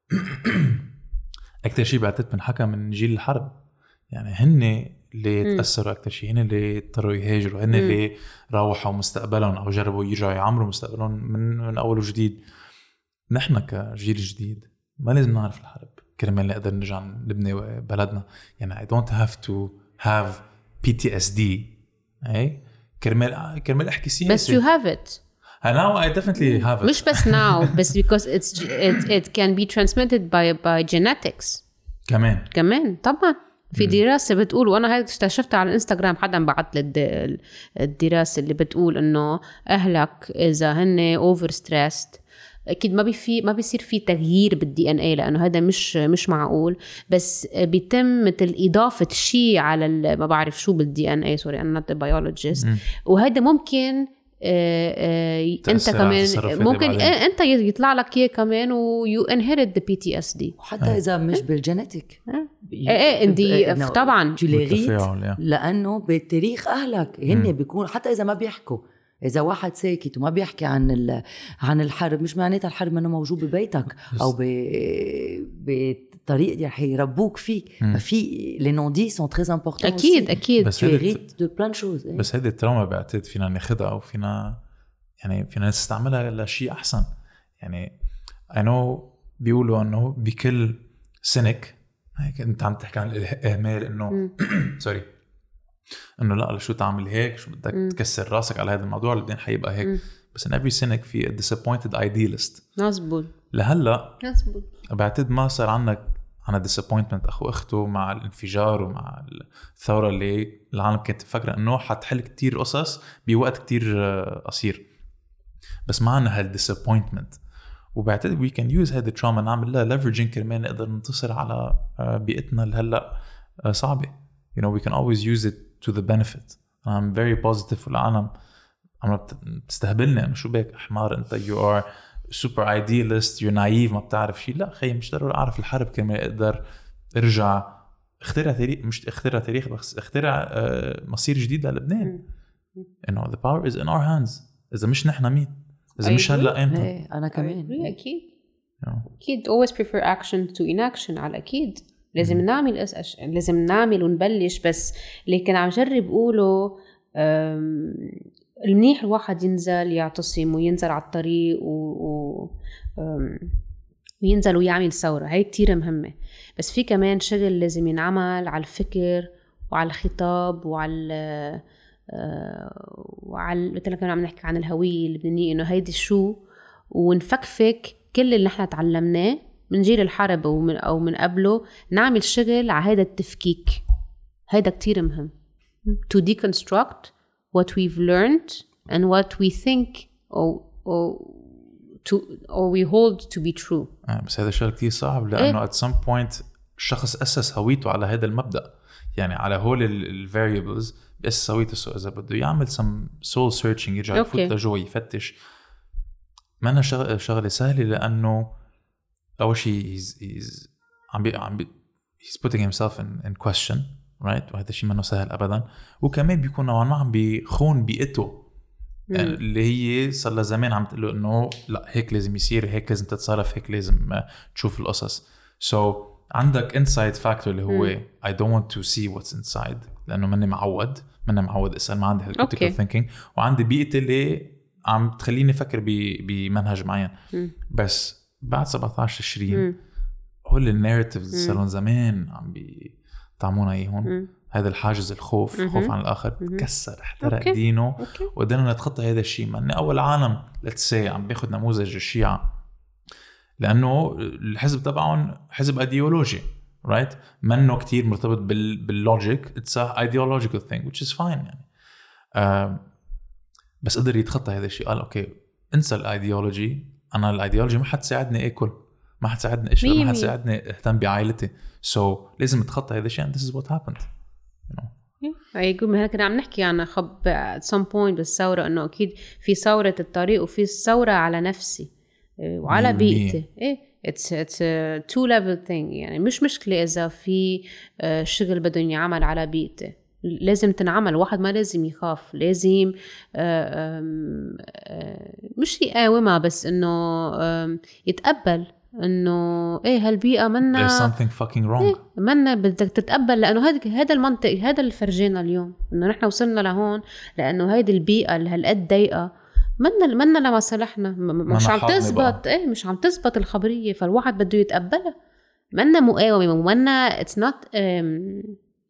أكتر شيء بعتت من حكى من جيل الحرب، يعني هن اللي تأثروا أكتر شيء، هن اللي اضطروا يهاجروا، هن اللي راوحوا مستقبلهم أو جربوا يرجعوا يعمروا مستقبلهم من من أول وجديد. نحن كجيل جديد ما لازم نعرف الحرب كرمال نقدر نرجع نبني بلدنا. يعني I don't have to have بي تي إس دي أي كرمال كرمال أحكي سياسي. But you have it. Now I definitely have it. مش بس now بس because it's it it can be transmitted by by genetics. كمان كمان طبعا. في دراسة بتقول، وأنا هاي اكتشفتها على الانستغرام، حدا بعت لي الدراسة اللي بتقول إنه أهلك إذا هن over stressed أكيد ما بيفي ما بيصير في تغيير بالدي إن إيه، لأنه هذا مش مش معقول. بس بيتم مثل إضافة شيء على ما بعرف شو بالدي إن إيه. سوري أنا not a biologist. وهذا ممكن آه آه انت كمان ممكن آه انت يطلع لك اياه كمان و you inherit the بي تي إس دي حتى آه. اذا مش بالجينيتيك ايه ايه اندي طبعا لانه بتاريخ اهلك هن بيكون حتى اذا ما بيحكوا اذا واحد ساكت وما بيحكي عن ال... عن الحرب مش معناتها الحرب منه موجود ببيتك او ب... بطريقه رح يربوك فيه. ففي لي نون دي سون تري امبورطون اكيد اكيد بس هيدي دو بلان شوز. بس هيدي التراوما بعتقد فينا ناخدها او فينا يعني فينا نستعملها لشيء احسن. يعني I know بيقولوا انه بكل سنك هيك انت عم تحكي عن الاهمال انه سوري انه لا شو تعمل هيك شو بدك م. تكسر راسك على هذا الموضوع اللي بعدين حيبقى هيك م. بس in every سنك في disappointed idealist. مزبوط. لهلا مزبوط. بعتقد ما صار عندك عنا disappointment اخو اخته مع الانفجار ومع الثوره اللي العالم كانت تفكر انه حتحل كتير قصص بوقت كتير قصير بس ما عنا هال disappointment. وبعتقد we can use هذا التراما نعمل لها leveraging كرمال نقدر ننتصر على بيئتنا اللي هلا صعبة. you know we can always use it to the benefit. I'm very positive والعالم عم بتستهبلنا انه شو بك حمار انت you are super idealist you're naive ما بتعرف شيء. لا خي مش ضروري اعرف الحرب كرمال اقدر ارجع اخترع تاريخ مش اخترع تاريخ بس اخترع مصير جديد للبنان. you know the power is in our hands. اذا مش نحن مين إذا مش هلا أنت أنا كمان أكيد أكيد always prefer action to inaction على أكيد لازم م. نعمل أس لازم نعمل ونبلش. بس لكن عم جرب أقوله المنيح الواحد ينزل يعتصم وينزل على الطريق و... و... وينزل ويعمل ثورة هاي كتير مهمة. بس في كمان شغل لازم ينعمل على الفكر وعلى الخطاب وعلى أه وعلى مثل كنا عم نحكي عن الهوية اللبنانية إنه هيدي شو ونفكفك كل اللي نحن تعلمناه من جيل الحرب أو من أو من قبله نعمل شغل على هيدا التفكيك. هيدا كتير مهم to deconstruct what we've learned and what we think or or to or we hold to be true. آه بس هذا شغل كتير صعب لأنه إيه؟ at some point الشخص أسس هويته على هذا المبدأ يعني على هول ال variables بس سويته سو إذا بده يعمل some soul searching يرجع يفوت لجوا يفتش ما أنا شغلة شغلة سهلة لأنه أول شيء he's, he's عم بي عم بي he's putting himself in, in question right وهذا شيء منه سهل أبدا. وكمان بيكون نوعا ما عم بيخون بيئته يعني اللي هي صار له زمان عم تقول له إنه لا هيك لازم يصير هيك لازم تتصرف هيك لازم تشوف القصص. so عندك inside factor اللي هو مم. I don't want to see what's inside لأنه مني معود مني معود أسأل ما عندي critical thinking وعندي بيئتي اللي عم تخليني أفكر بمنهج معين. مم. بس بعد سبعة عشر تشرين هول الناريتيفز صاروا زمان عم بيطعمونا إيهون هذا الحاجز الخوف خوف عن الآخر كسر احترق okay. دينه okay. ودنا نتخطى هذا الشيء. من أول عالم let's say عم بياخد نموذج الشيعة لأنه الحزب تبعهم حزب ايديولوجي right منه كتير مرتبط بال باللوجيك it's a ideological thing which is fine يعني uh, بس قدر يتخطى هذا الشيء. قال أوكي انسى الايديولوجي أنا الايديولوجي ما حتساعدني أكل ما حتساعدني أشرب ما حتساعدني أهتم بعائلتي so لازم أتخطى هذا الشيء and this is what happened you know. أي يقول ما كنا عم نحكي عن خب at some point بالثورة إنه أكيد في ثورة الطريق وفي ثورة على نفسي وعلى بيئتي. إيه it's it's a two level thing يعني مش مشكلة إذا في شغل بدهم يعمل على بيئتي لازم تنعمل. واحد ما لازم يخاف لازم مش يقاومها بس إنه يتقبل إنه إيه هالبيئة منا there's something fucking wrong إيه منا بدك تتقبل لأنه هذا هذا المنطق هذا اللي فرجينا اليوم إنه نحن وصلنا لهون لأنه هيدي البيئة اللي هالقد ضيقة منا منا لما صلحنا مش عم تزبط إيه مش عم تزبط الخبرية فالواحد بده يتقبلها منا مقاومة ومنا it's not um,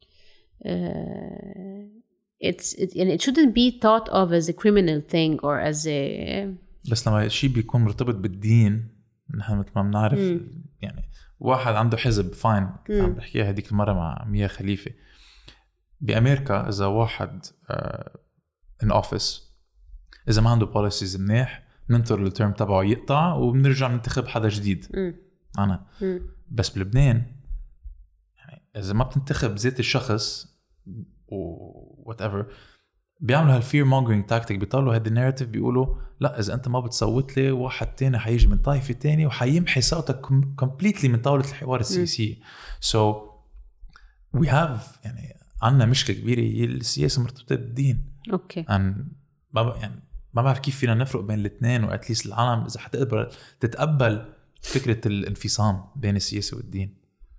uh, it's it, يعني it shouldn't be thought of as a criminal thing or as a بس لما شيء بيكون مرتبط بالدين نحن مثل ما بنعرف م. يعني واحد عنده حزب فاين كنت عم بحكيها هديك المرة مع ميا خليفة بأمريكا إذا واحد uh, in office إذا ما عنده policies منيح ننطر الترم تبعه يقطع وبنرجع ننتخب حدا جديد م. أنا م. بس بلبنان يعني إذا ما بتنتخب ذات الشخص و whatever بيعملوا هالفير مونجرينج تاكتيك بيطلعوا هذا الناريتيف بيقولوا لا إذا أنت ما بتصوت لي واحد تاني حيجي من طائفة تاني وحيمحي صوتك completely من طاولة الحوار السياسي. so we have يعني عنا مشكلة كبيرة هي السياسة مرتبطة بالدين. أوكي. and يعني ما بعرف كيف فينا نفرق بين الاثنين، واتليست العالم اذا حتقبل تتقبل فكره الانفصام بين السياسه والدين.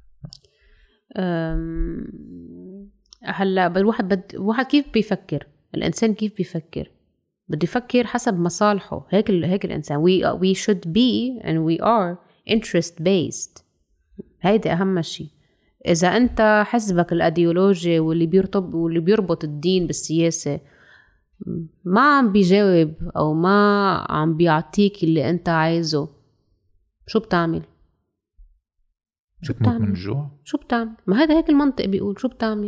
هلا الواحد بد واحد كيف بيفكر، الانسان كيف بيفكر، بده يفكر حسب مصالحه. هيك ال... هيك الانسان we we should be and we are interest based. هيدا اهم شيء. اذا انت حزبك الايديولوجي واللي بيرتب واللي بيربط الدين بالسياسه ما عم بيجاوب او ما عم بيعطيك اللي انت عايزه، شو بتعمل؟ شو بتموت من الجوع؟ شو بتعمل؟ ما هذا هيك المنطق بيقول شو بتعمل.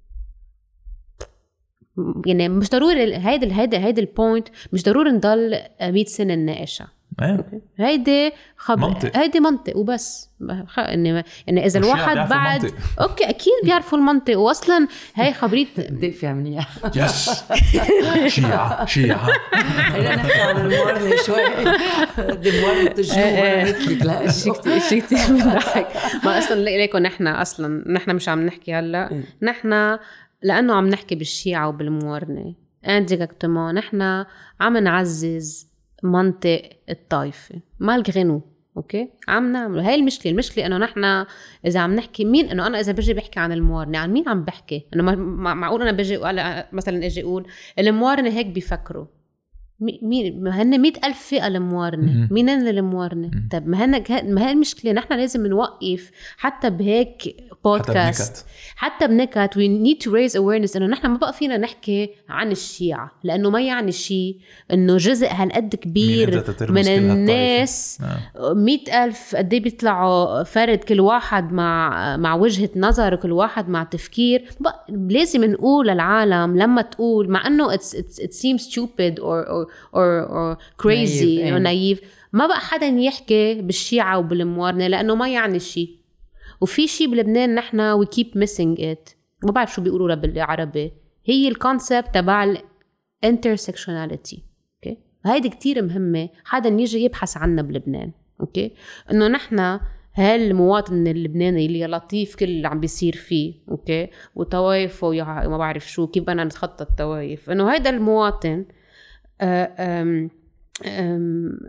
يعني مش ضروري هيدا هيدا هيدا البوينت، مش ضروري نضل مية سنة نناقشها. هيدا خبر، هيدا منطق وبس. إن إن إذا الواحد بعد المنطق. أوكي أكيد بيعرفوا المنطق، وأصلا هاي خبرية دافع منيح. يس شيعة شيعة. إذا نحكي عن الموارنة شوي دموارنة تجوع ولا نتلك لا شيء كتير شيء كتير بضحك. ما أصلا ليكون نحن أصلا نحن مش عم نحكي هلا، نحن لأنه عم نحكي بالشيعة وبالموارنة انديكتما نحن عم نعزز منطق الطائفة مالك غنو. اوكي عم نعمل هاي المشكله. المشكله انه نحن اذا عم نحكي مين، انه انا اذا بجي بحكي عن الموارنه عن مين عم بحكي؟ انه معقول انا بجي مثلا اجي اقول الموارنه هيك بيفكروا مين؟ ما هن مئة ألف فئة الموارنة، مين هن الموارنة؟ طب ما هن ما هي المشكلة. نحن لازم نوقف حتى بهيك بودكاست حتى بنكت we need to raise awareness إنه نحن ما بقى فينا نحكي عن الشيعة، لأنه ما يعني شيء إنه جزء هالقد كبير من الناس مئة ألف قد ايه بيطلعوا فرد كل واحد مع مع وجهة نظر، كل واحد مع تفكير. لازم نقول للعالم لما تقول، مع إنه it's, it's, it seems stupid or, or or or crazy or naive، ما بقى حدا يحكي بالشيعة وبالموارنة لأنه ما يعني شيء. وفي شيء بلبنان نحن we keep missing it، ما بعرف شو بيقولوا بالعربي، هي الكونسبت تبع ال intersectionality. اوكي هيدي كتير مهمة حدا يجي يبحث عنها بلبنان. اوكي انه نحن هالمواطن اللبناني اللي لطيف كل اللي عم بيصير فيه، اوكي وطوائفه ما بعرف شو كيف بدنا نتخطى الطوائف، انه هيدا المواطن أم أم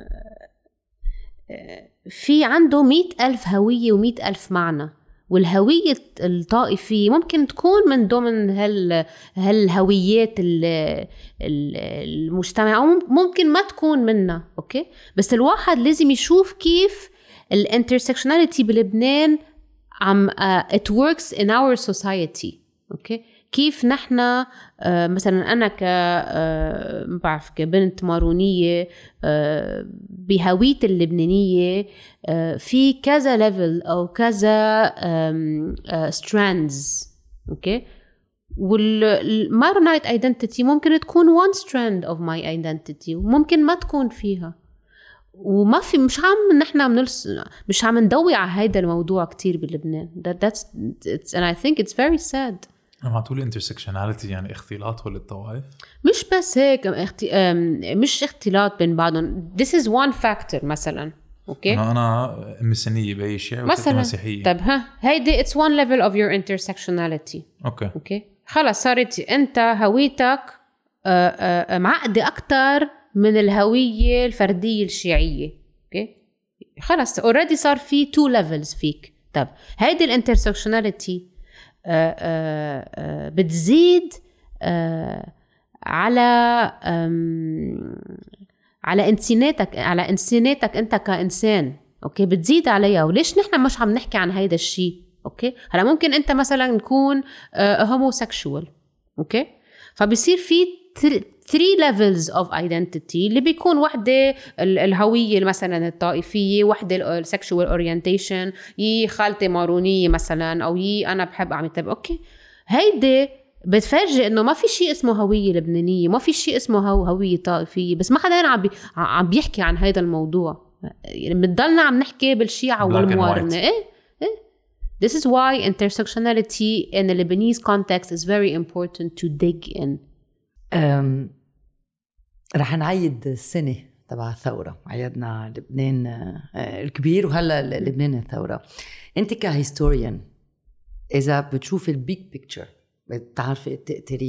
في عنده مئة ألف هوية ومئة ألف معنى، والهوية الطائفية ممكن تكون من ضمن هال هالهويات المجتمع أو ممكن ما تكون منها. أوكي بس الواحد لازم يشوف كيف الانترسكشناليتي بلبنان عم uh, it works in our society. أوكي كيف نحن آه مثلا أنا ك آه ما بعرف كبنت مارونية آه بهوية اللبنانية آه في كذا ليفل أو كذا ستراندز. أوكي والمارونايت ايدنتيتي ممكن تكون one strand of my identity وممكن ما تكون فيها، وما في مش عم نحن بنلس مش عم ندوي على هيدا الموضوع كتير بلبنان. that that's it's, and I think it's very sad. ما تقول intersectionality يعني اختلاط للطوائف؟ مش بس هيك اختي... مش اختلاط بين بعضهم. this is one factor مثلا. اوكي انا انا مسيحيه باي شيء مثلا مسيحيه. طب ها هيدي it's one level of your intersectionality. اوكي اوكي خلص صارت انت هويتك معقده اكتر من الهويه الفرديه الشيعيه. اوكي خلص already صار في two levels فيك. طب هيدي الانترسكشناليتي آه آه آه بتزيد آه على على انسانيتك على انسانيتك انت كإنسان. اوكي بتزيد عليها. وليش نحن مش عم نحكي عن هيدا الشيء؟ اوكي هلا ممكن انت مثلا نكون هوموسيكشوال. اوكي فبصير في three levels of identity اللي بيكون وحدة الهوية مثلا الطائفية، وحدة sexual orientation، يي خالتي مارونية مثلا، أو يي أنا بحب أعمل تب. أوكي هيدي بتفرجي إنه ما في شيء اسمه هوية لبنانية، ما في شيء اسمه هو هوية طائفية، بس ما حدا عم بي عم بيحكي عن هيدا الموضوع. يعني بنضلنا عم نحكي بالشيعة والموارنة. إيه إيه this is why intersectionality in the Lebanese context is very important to dig in. أم رح نعيد السنة تبع الثورة، عيدنا لبنان الكبير وهلا لبنان الثورة. انت كهيستوريان اذا بتشوف البيج بيكتشر، بتعرفي تاريخ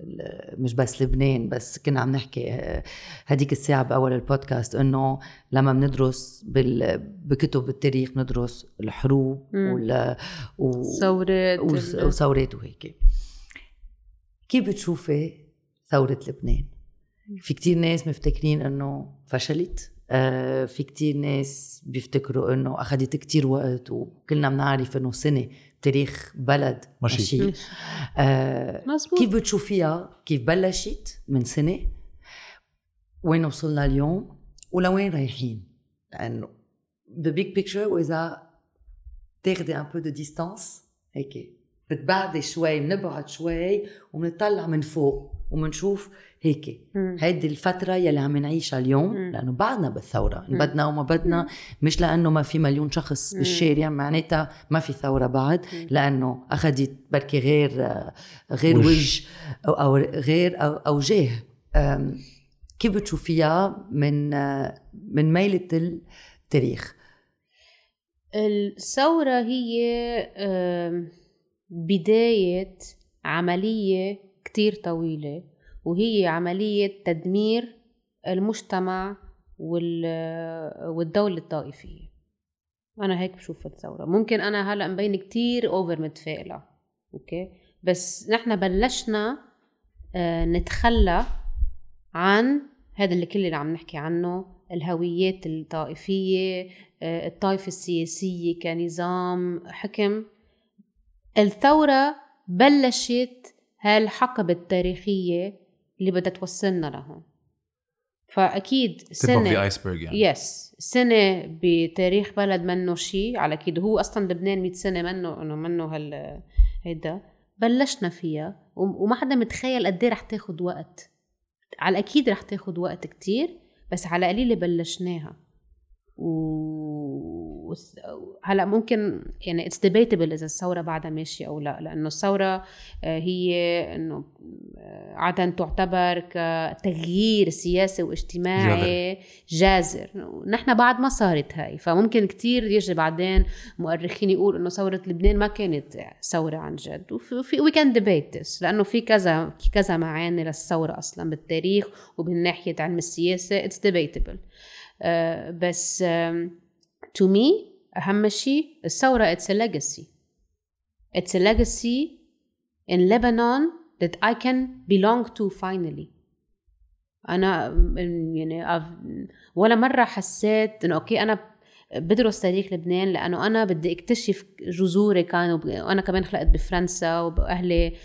مش بس لبنان، بس كنا عم نحكي هديك الساعة بأول البودكاست إنه لما بندرس بكتب التاريخ ندرس الحروب وال وثورات وثورات وهيك. كيف بتشوفي ثورة لبنان؟ في كتير ناس مفتكرين إنه فشلت، آه في كتير ناس بيفتكروا إنه أخذت كتير وقت، وكلنا بنعرف إنه سنة تاريخ بلد ماشي, ماشي. آه كيف بتشوفيها؟ كيف بلشت من سنة، وين وصلنا اليوم، ولوين رايحين؟ لأنه the big picture، وإذا تاخدي un peu de distance هيك بتبعدي شوي، بنبعد شوي وبنطلع من فوق ومنشوف هيك هيدي الفترة يلي عم نعيشها اليوم. مم. لأنه بعدنا بالثورة، إن بدنا وما بدنا، مش لأنه ما في مليون شخص بالشارع معناتها ما في ثورة بعد، لأنه أخذت بركي غير غير وجه أو, أو غير أو أوجاه. كيف بتشوفيها من من ميلة التاريخ؟ الثورة هي بداية عملية كتير طويلة، وهي عملية تدمير المجتمع والدولة الطائفية. أنا هيك بشوف الثورة. ممكن أنا هلأ مبين كتير أوفر متفائلة، أوكي، بس نحن بلشنا نتخلى عن هذا اللي كل اللي عم نحكي عنه، الهويات الطائفية، الطائفة السياسية كنظام حكم. الثورة بلشت هالحقبة التاريخية اللي بدها توصلنا لهم. فأكيد سنة يعني. يس سنة بتاريخ بلد منه شيء على كده. هو أصلا لبنان مئة سنة منه إنه منه هال هيدا بلشنا فيها، وما حدا متخيل قد ايه رح تاخد وقت. على أكيد رح تاخد وقت كتير، بس على قليل بلشناها. و هلا ممكن يعني it's debatable إذا الثورة بعدها ماشية أو لا، لأنه الثورة هي إنه عادة تعتبر كتغيير سياسي واجتماعي جاذر. نحن بعد ما صارت هاي، فممكن كتير يجي بعدين مؤرخين يقول إنه ثورة لبنان ما كانت ثورة عن جد. وفي we can debate this، لأنه في كذا كذا معاني للثورة أصلا بالتاريخ وبالناحية علم السياسة it's debatable. Uh, بس um, to me أهم شيء الثورة it's a legacy. It's a legacy in Lebanon that I can belong to finally. أنا يعني ولا مرة حسيت إنه أوكي أنا بدرس تاريخ لبنان لأنه أنا بدي اكتشف جذوري كانوا، وأنا كمان خلقت بفرنسا وأهلي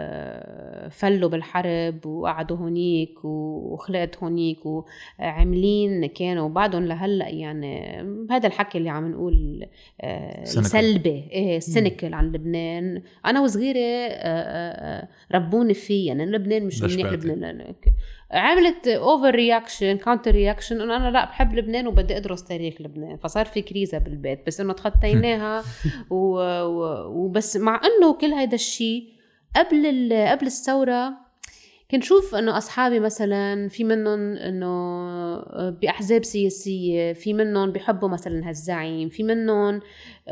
فلوا بالحرب وقعدوا هونيك وخلقت هونيك وعاملين كانوا بعدهم لهلأ. يعني هذا الحكي اللي عم نقول سلبي إيه سينيكل عن لبنان. أنا وصغيرة ربوني فيه، يعني لبنان مش منيح لبنان. عملت اوفر رياكشن كاونتر رياكشن انه انا لا بحب لبنان وبدي ادرس تاريخ لبنان، فصار في كريزه بالبيت. بس انه تخطيناها وبس. مع انه كل هذا الشيء قبل قبل الثوره كنت شوف انه اصحابي مثلا في منهم انه باحزاب سياسيه، في منهم بيحبوا مثلا هالزعيم، في منهم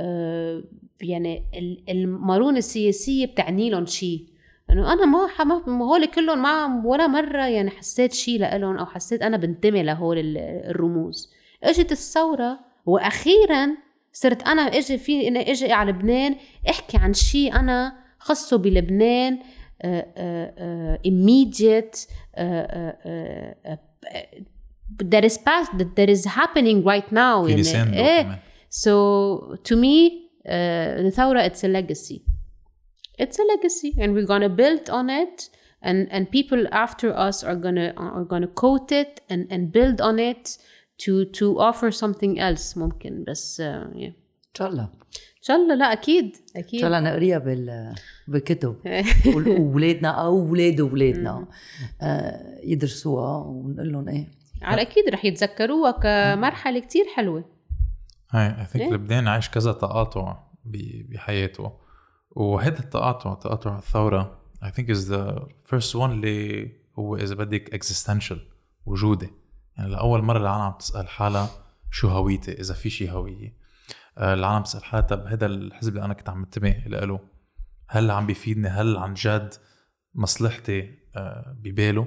يعني المرونه السياسيه بتعني لهم شيء. انه انا ما ما هول كلهم ما ولا مره يعني حسيت شيء لهم او حسيت انا بنتمي لهول الرموز. اجت الثوره واخيرا صرت انا اجي في انا اجي على لبنان احكي عن شيء انا خصه بلبنان uh, uh, uh, immediate uh, uh, uh, that is past that that is happening right now. يعني إيه. So to me uh, the ثورة it's a legacy. It's a legacy, and we're gonna build on it, and and people after us are gonna are gonna quote it and and build on it to to offer something else. ممكن بس uh, yeah. إن شاء الله. إن شاء الله. لا أكيد أكيد. إن شاء الله نقريها بال بالكتب وولادنا أو ولاد ولادنا آه يدرسوها ونقول لهم إيه. على أكيد رح يتذكروها كمرحلة كتير حلوة. هاي I think لبنان عايش كذا تقاطع بحياته، وهذا التقاطع تقاطع الثورة I think is the first one اللي هو إذا بدك existential وجودي. يعني لأول مرة العالم عم تسأل حالها شو هويتي، إذا في شي هوية. العالم تسأل حالها طب هذا الحزب اللي أنا كنت عم انتمي له هل عم بيفيدني، هل عن جد مصلحتي بباله.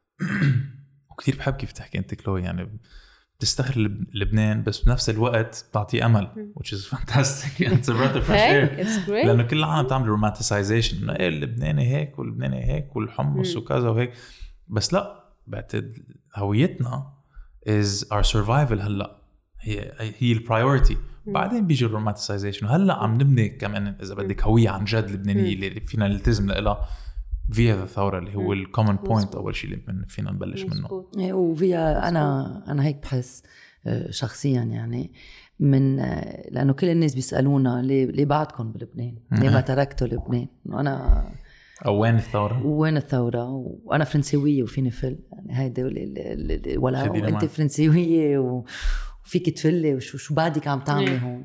وكتير بحب كيف تحكي انت كلوي، يعني بتستغل لبنان بس بنفس الوقت بتعطي امل which is fantastic. It's a breath of fresh air. لانه كل العالم بتعمل رومانتسايزيشن انه ايه اللبناني هيك واللبناني هيك والحمص وكذا وهيك، بس لا، بعتقد هويتنا is our survival هلا هي هي البرايورتي، بعدين بيجي الرومانتسايزيشن. وهلا عم نبني كمان اذا بدك هويه عن جد لبنانيه اللي فينا نلتزم لها فيها الثورة اللي هو الكومن بوينت أول شيء اللي فينا نبلش منه. وفيها أنا أنا هيك بحس شخصيا، يعني من لأنه كل الناس بيسألونا ليه ليه بعدكم بلبنان، ليه ما تركتوا لبنان؟ وأنا أو وين الثورة؟ وين الثورة؟ وأنا فرنسيوية وفي نفل، يعني هاي دولة ولا وأنت فرنسيوية وفيك تفلي وشو شو بعدك عم تعملي هون؟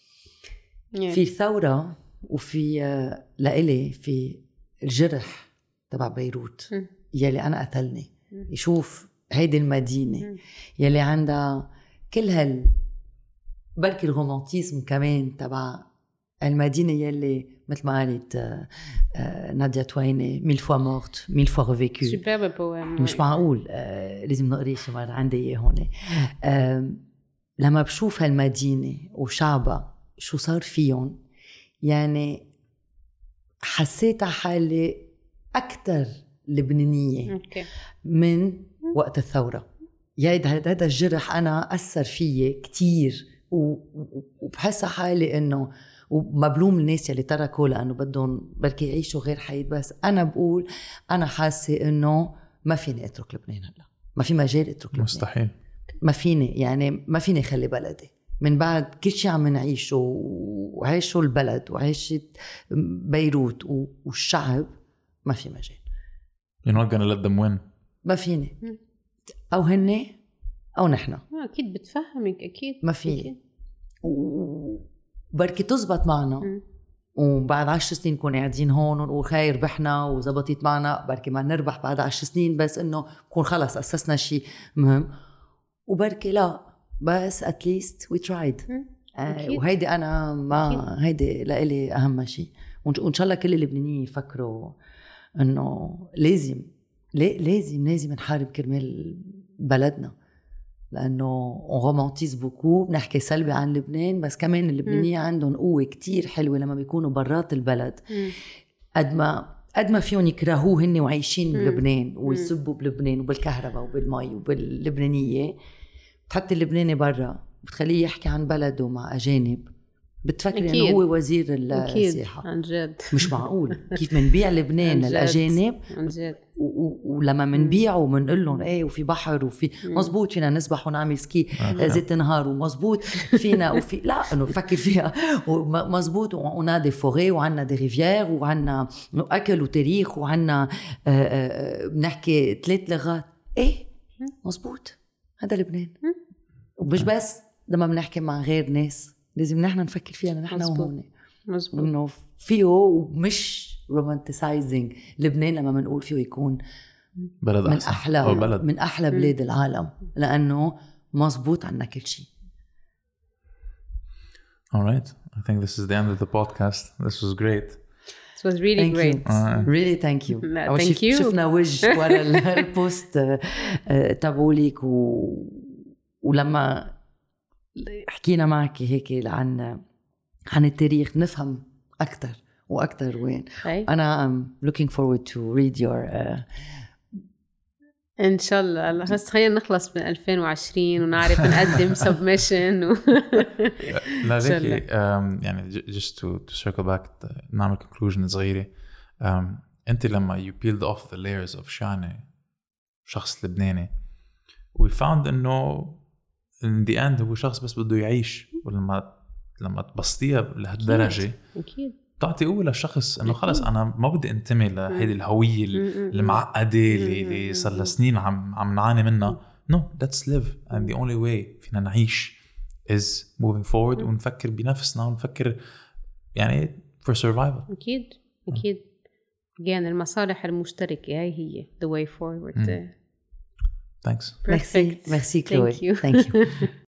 في ثورة وفي لإلي في الجرح تبع بيروت م. يلي أنا قتلني. م. يشوف هيدي المدينة م. يلي عندها كل هال بركي الرومانتيزم كمان تبع المدينة يلي مثل ما قالت نادية تويني ميل فوا مورت ميل فوا ريفيكو. سوبر بويم مش معقول، آه لازم نقري شي مرة عندي إياه هون. آه لما بشوف هالمدينة وشعبها شو صار فيهم، يعني حسيت حالي أكتر لبنانية okay. من وقت الثورة. يا هذا الجرح أنا أثر فيه كتير، وبحس حالي إنه ومبلوم الناس اللي تركوا لأنه بدهم بركي يعيشوا غير حياة. بس أنا بقول أنا حاسة إنه ما فيني أترك لبنان هلا، ما في مجال أترك لبنان، مستحيل. ما فيني، يعني ما فيني أخلي بلدي من بعد كل شيء عم نعيشه وعيشه البلد وعيشة بيروت والشعب. ما في مجال. You're not gonna let them win. ما فيني، أو هني أو نحن. أكيد بتفهمك، أكيد ما فيني. وبركي تزبط معنا م. وبعد عشر سنين نكون قاعدين هون ونقول خير ربحنا وزبطت معنا، بركي ما نربح بعد عشر سنين بس إنه نكون خلص أسسنا شيء مهم. وبركي لا، بس at least we tried. آه وهيدي أنا ما أكيد. هيدي لإلي أهم شيء. وإن شاء الله كل اللبنانيين يفكروا إنه لازم لازم لازم نحارب كرمال بلدنا، لأنه رومانتيز بوكو بنحكي سلبي عن لبنان، بس كمان اللبنانيين عندهم قوة كتير حلوة لما بيكونوا برات البلد. قد ما قد ما فيهم يكرهوه هن وعايشين بلبنان ويسبوا بلبنان وبالكهرباء وبالمي وباللبنانية، بتحط اللبناني برا بتخليه يحكي عن بلده مع أجانب، بتفكر إنه هو وزير السياحة. عن جد مش معقول كيف منبيع لبنان للأجانب، ولما منبيعه ومنقول لهم إيه وفي بحر وفي مزبوط فينا نسبح ونعمل سكي زيت نهار ومزبوط فينا وفي لا إنه فكر فيها ومزبوط ونادي فوري وعنا دي ريفيير وعنا أكل وتاريخ وعنا بنحكي ثلاث لغات. إيه مزبوط، هذا لبنان. ومش بس لما بنحكي مع غير ناس لازم نحن نفكر فيها نحن وهون. مزبوط. إنه فيه ومش رومانتسايزنج لبنان لما منقول فيه يكون بلد من أحسن. أحلى بلد. من أحلى بلاد العالم، لأنه مزبوط عنا كل شيء. All right, I think this is the end of the podcast. This was great. It was really thank great. Uh, really thank you. لا, thank you. شفنا وجه ورا البوست تبوليك و... ولما حكينا معك هيك عن عن التاريخ نفهم أكتر وأكتر وين. أنا I'm looking forward to read your uh... إن شاء الله. بس خلينا نخلص من ألفين وعشرين ونعرف نقدم submission و... لا ذكي يعني just to, to circle back نعمل conclusion صغيرة. um, أنت لما you peeled off the layers of شانة شخص لبناني we found إنه in the end هو شخص بس بده يعيش. ولما لما تبسطيها لهالدرجة أكيد تعطي قوة للشخص إنه خلص أنا ما بدي انتمي لهذه الهوية المعقدة اللي صار لها سنين عم عم نعاني منها. no let's live and the only way فينا نعيش is moving forward ونفكر بنفسنا ونفكر يعني for survival. أكيد أكيد again المصالح المشتركة هاي هي the way forward. Thanks. Merci, merci Chloé. Thank you. Thank you.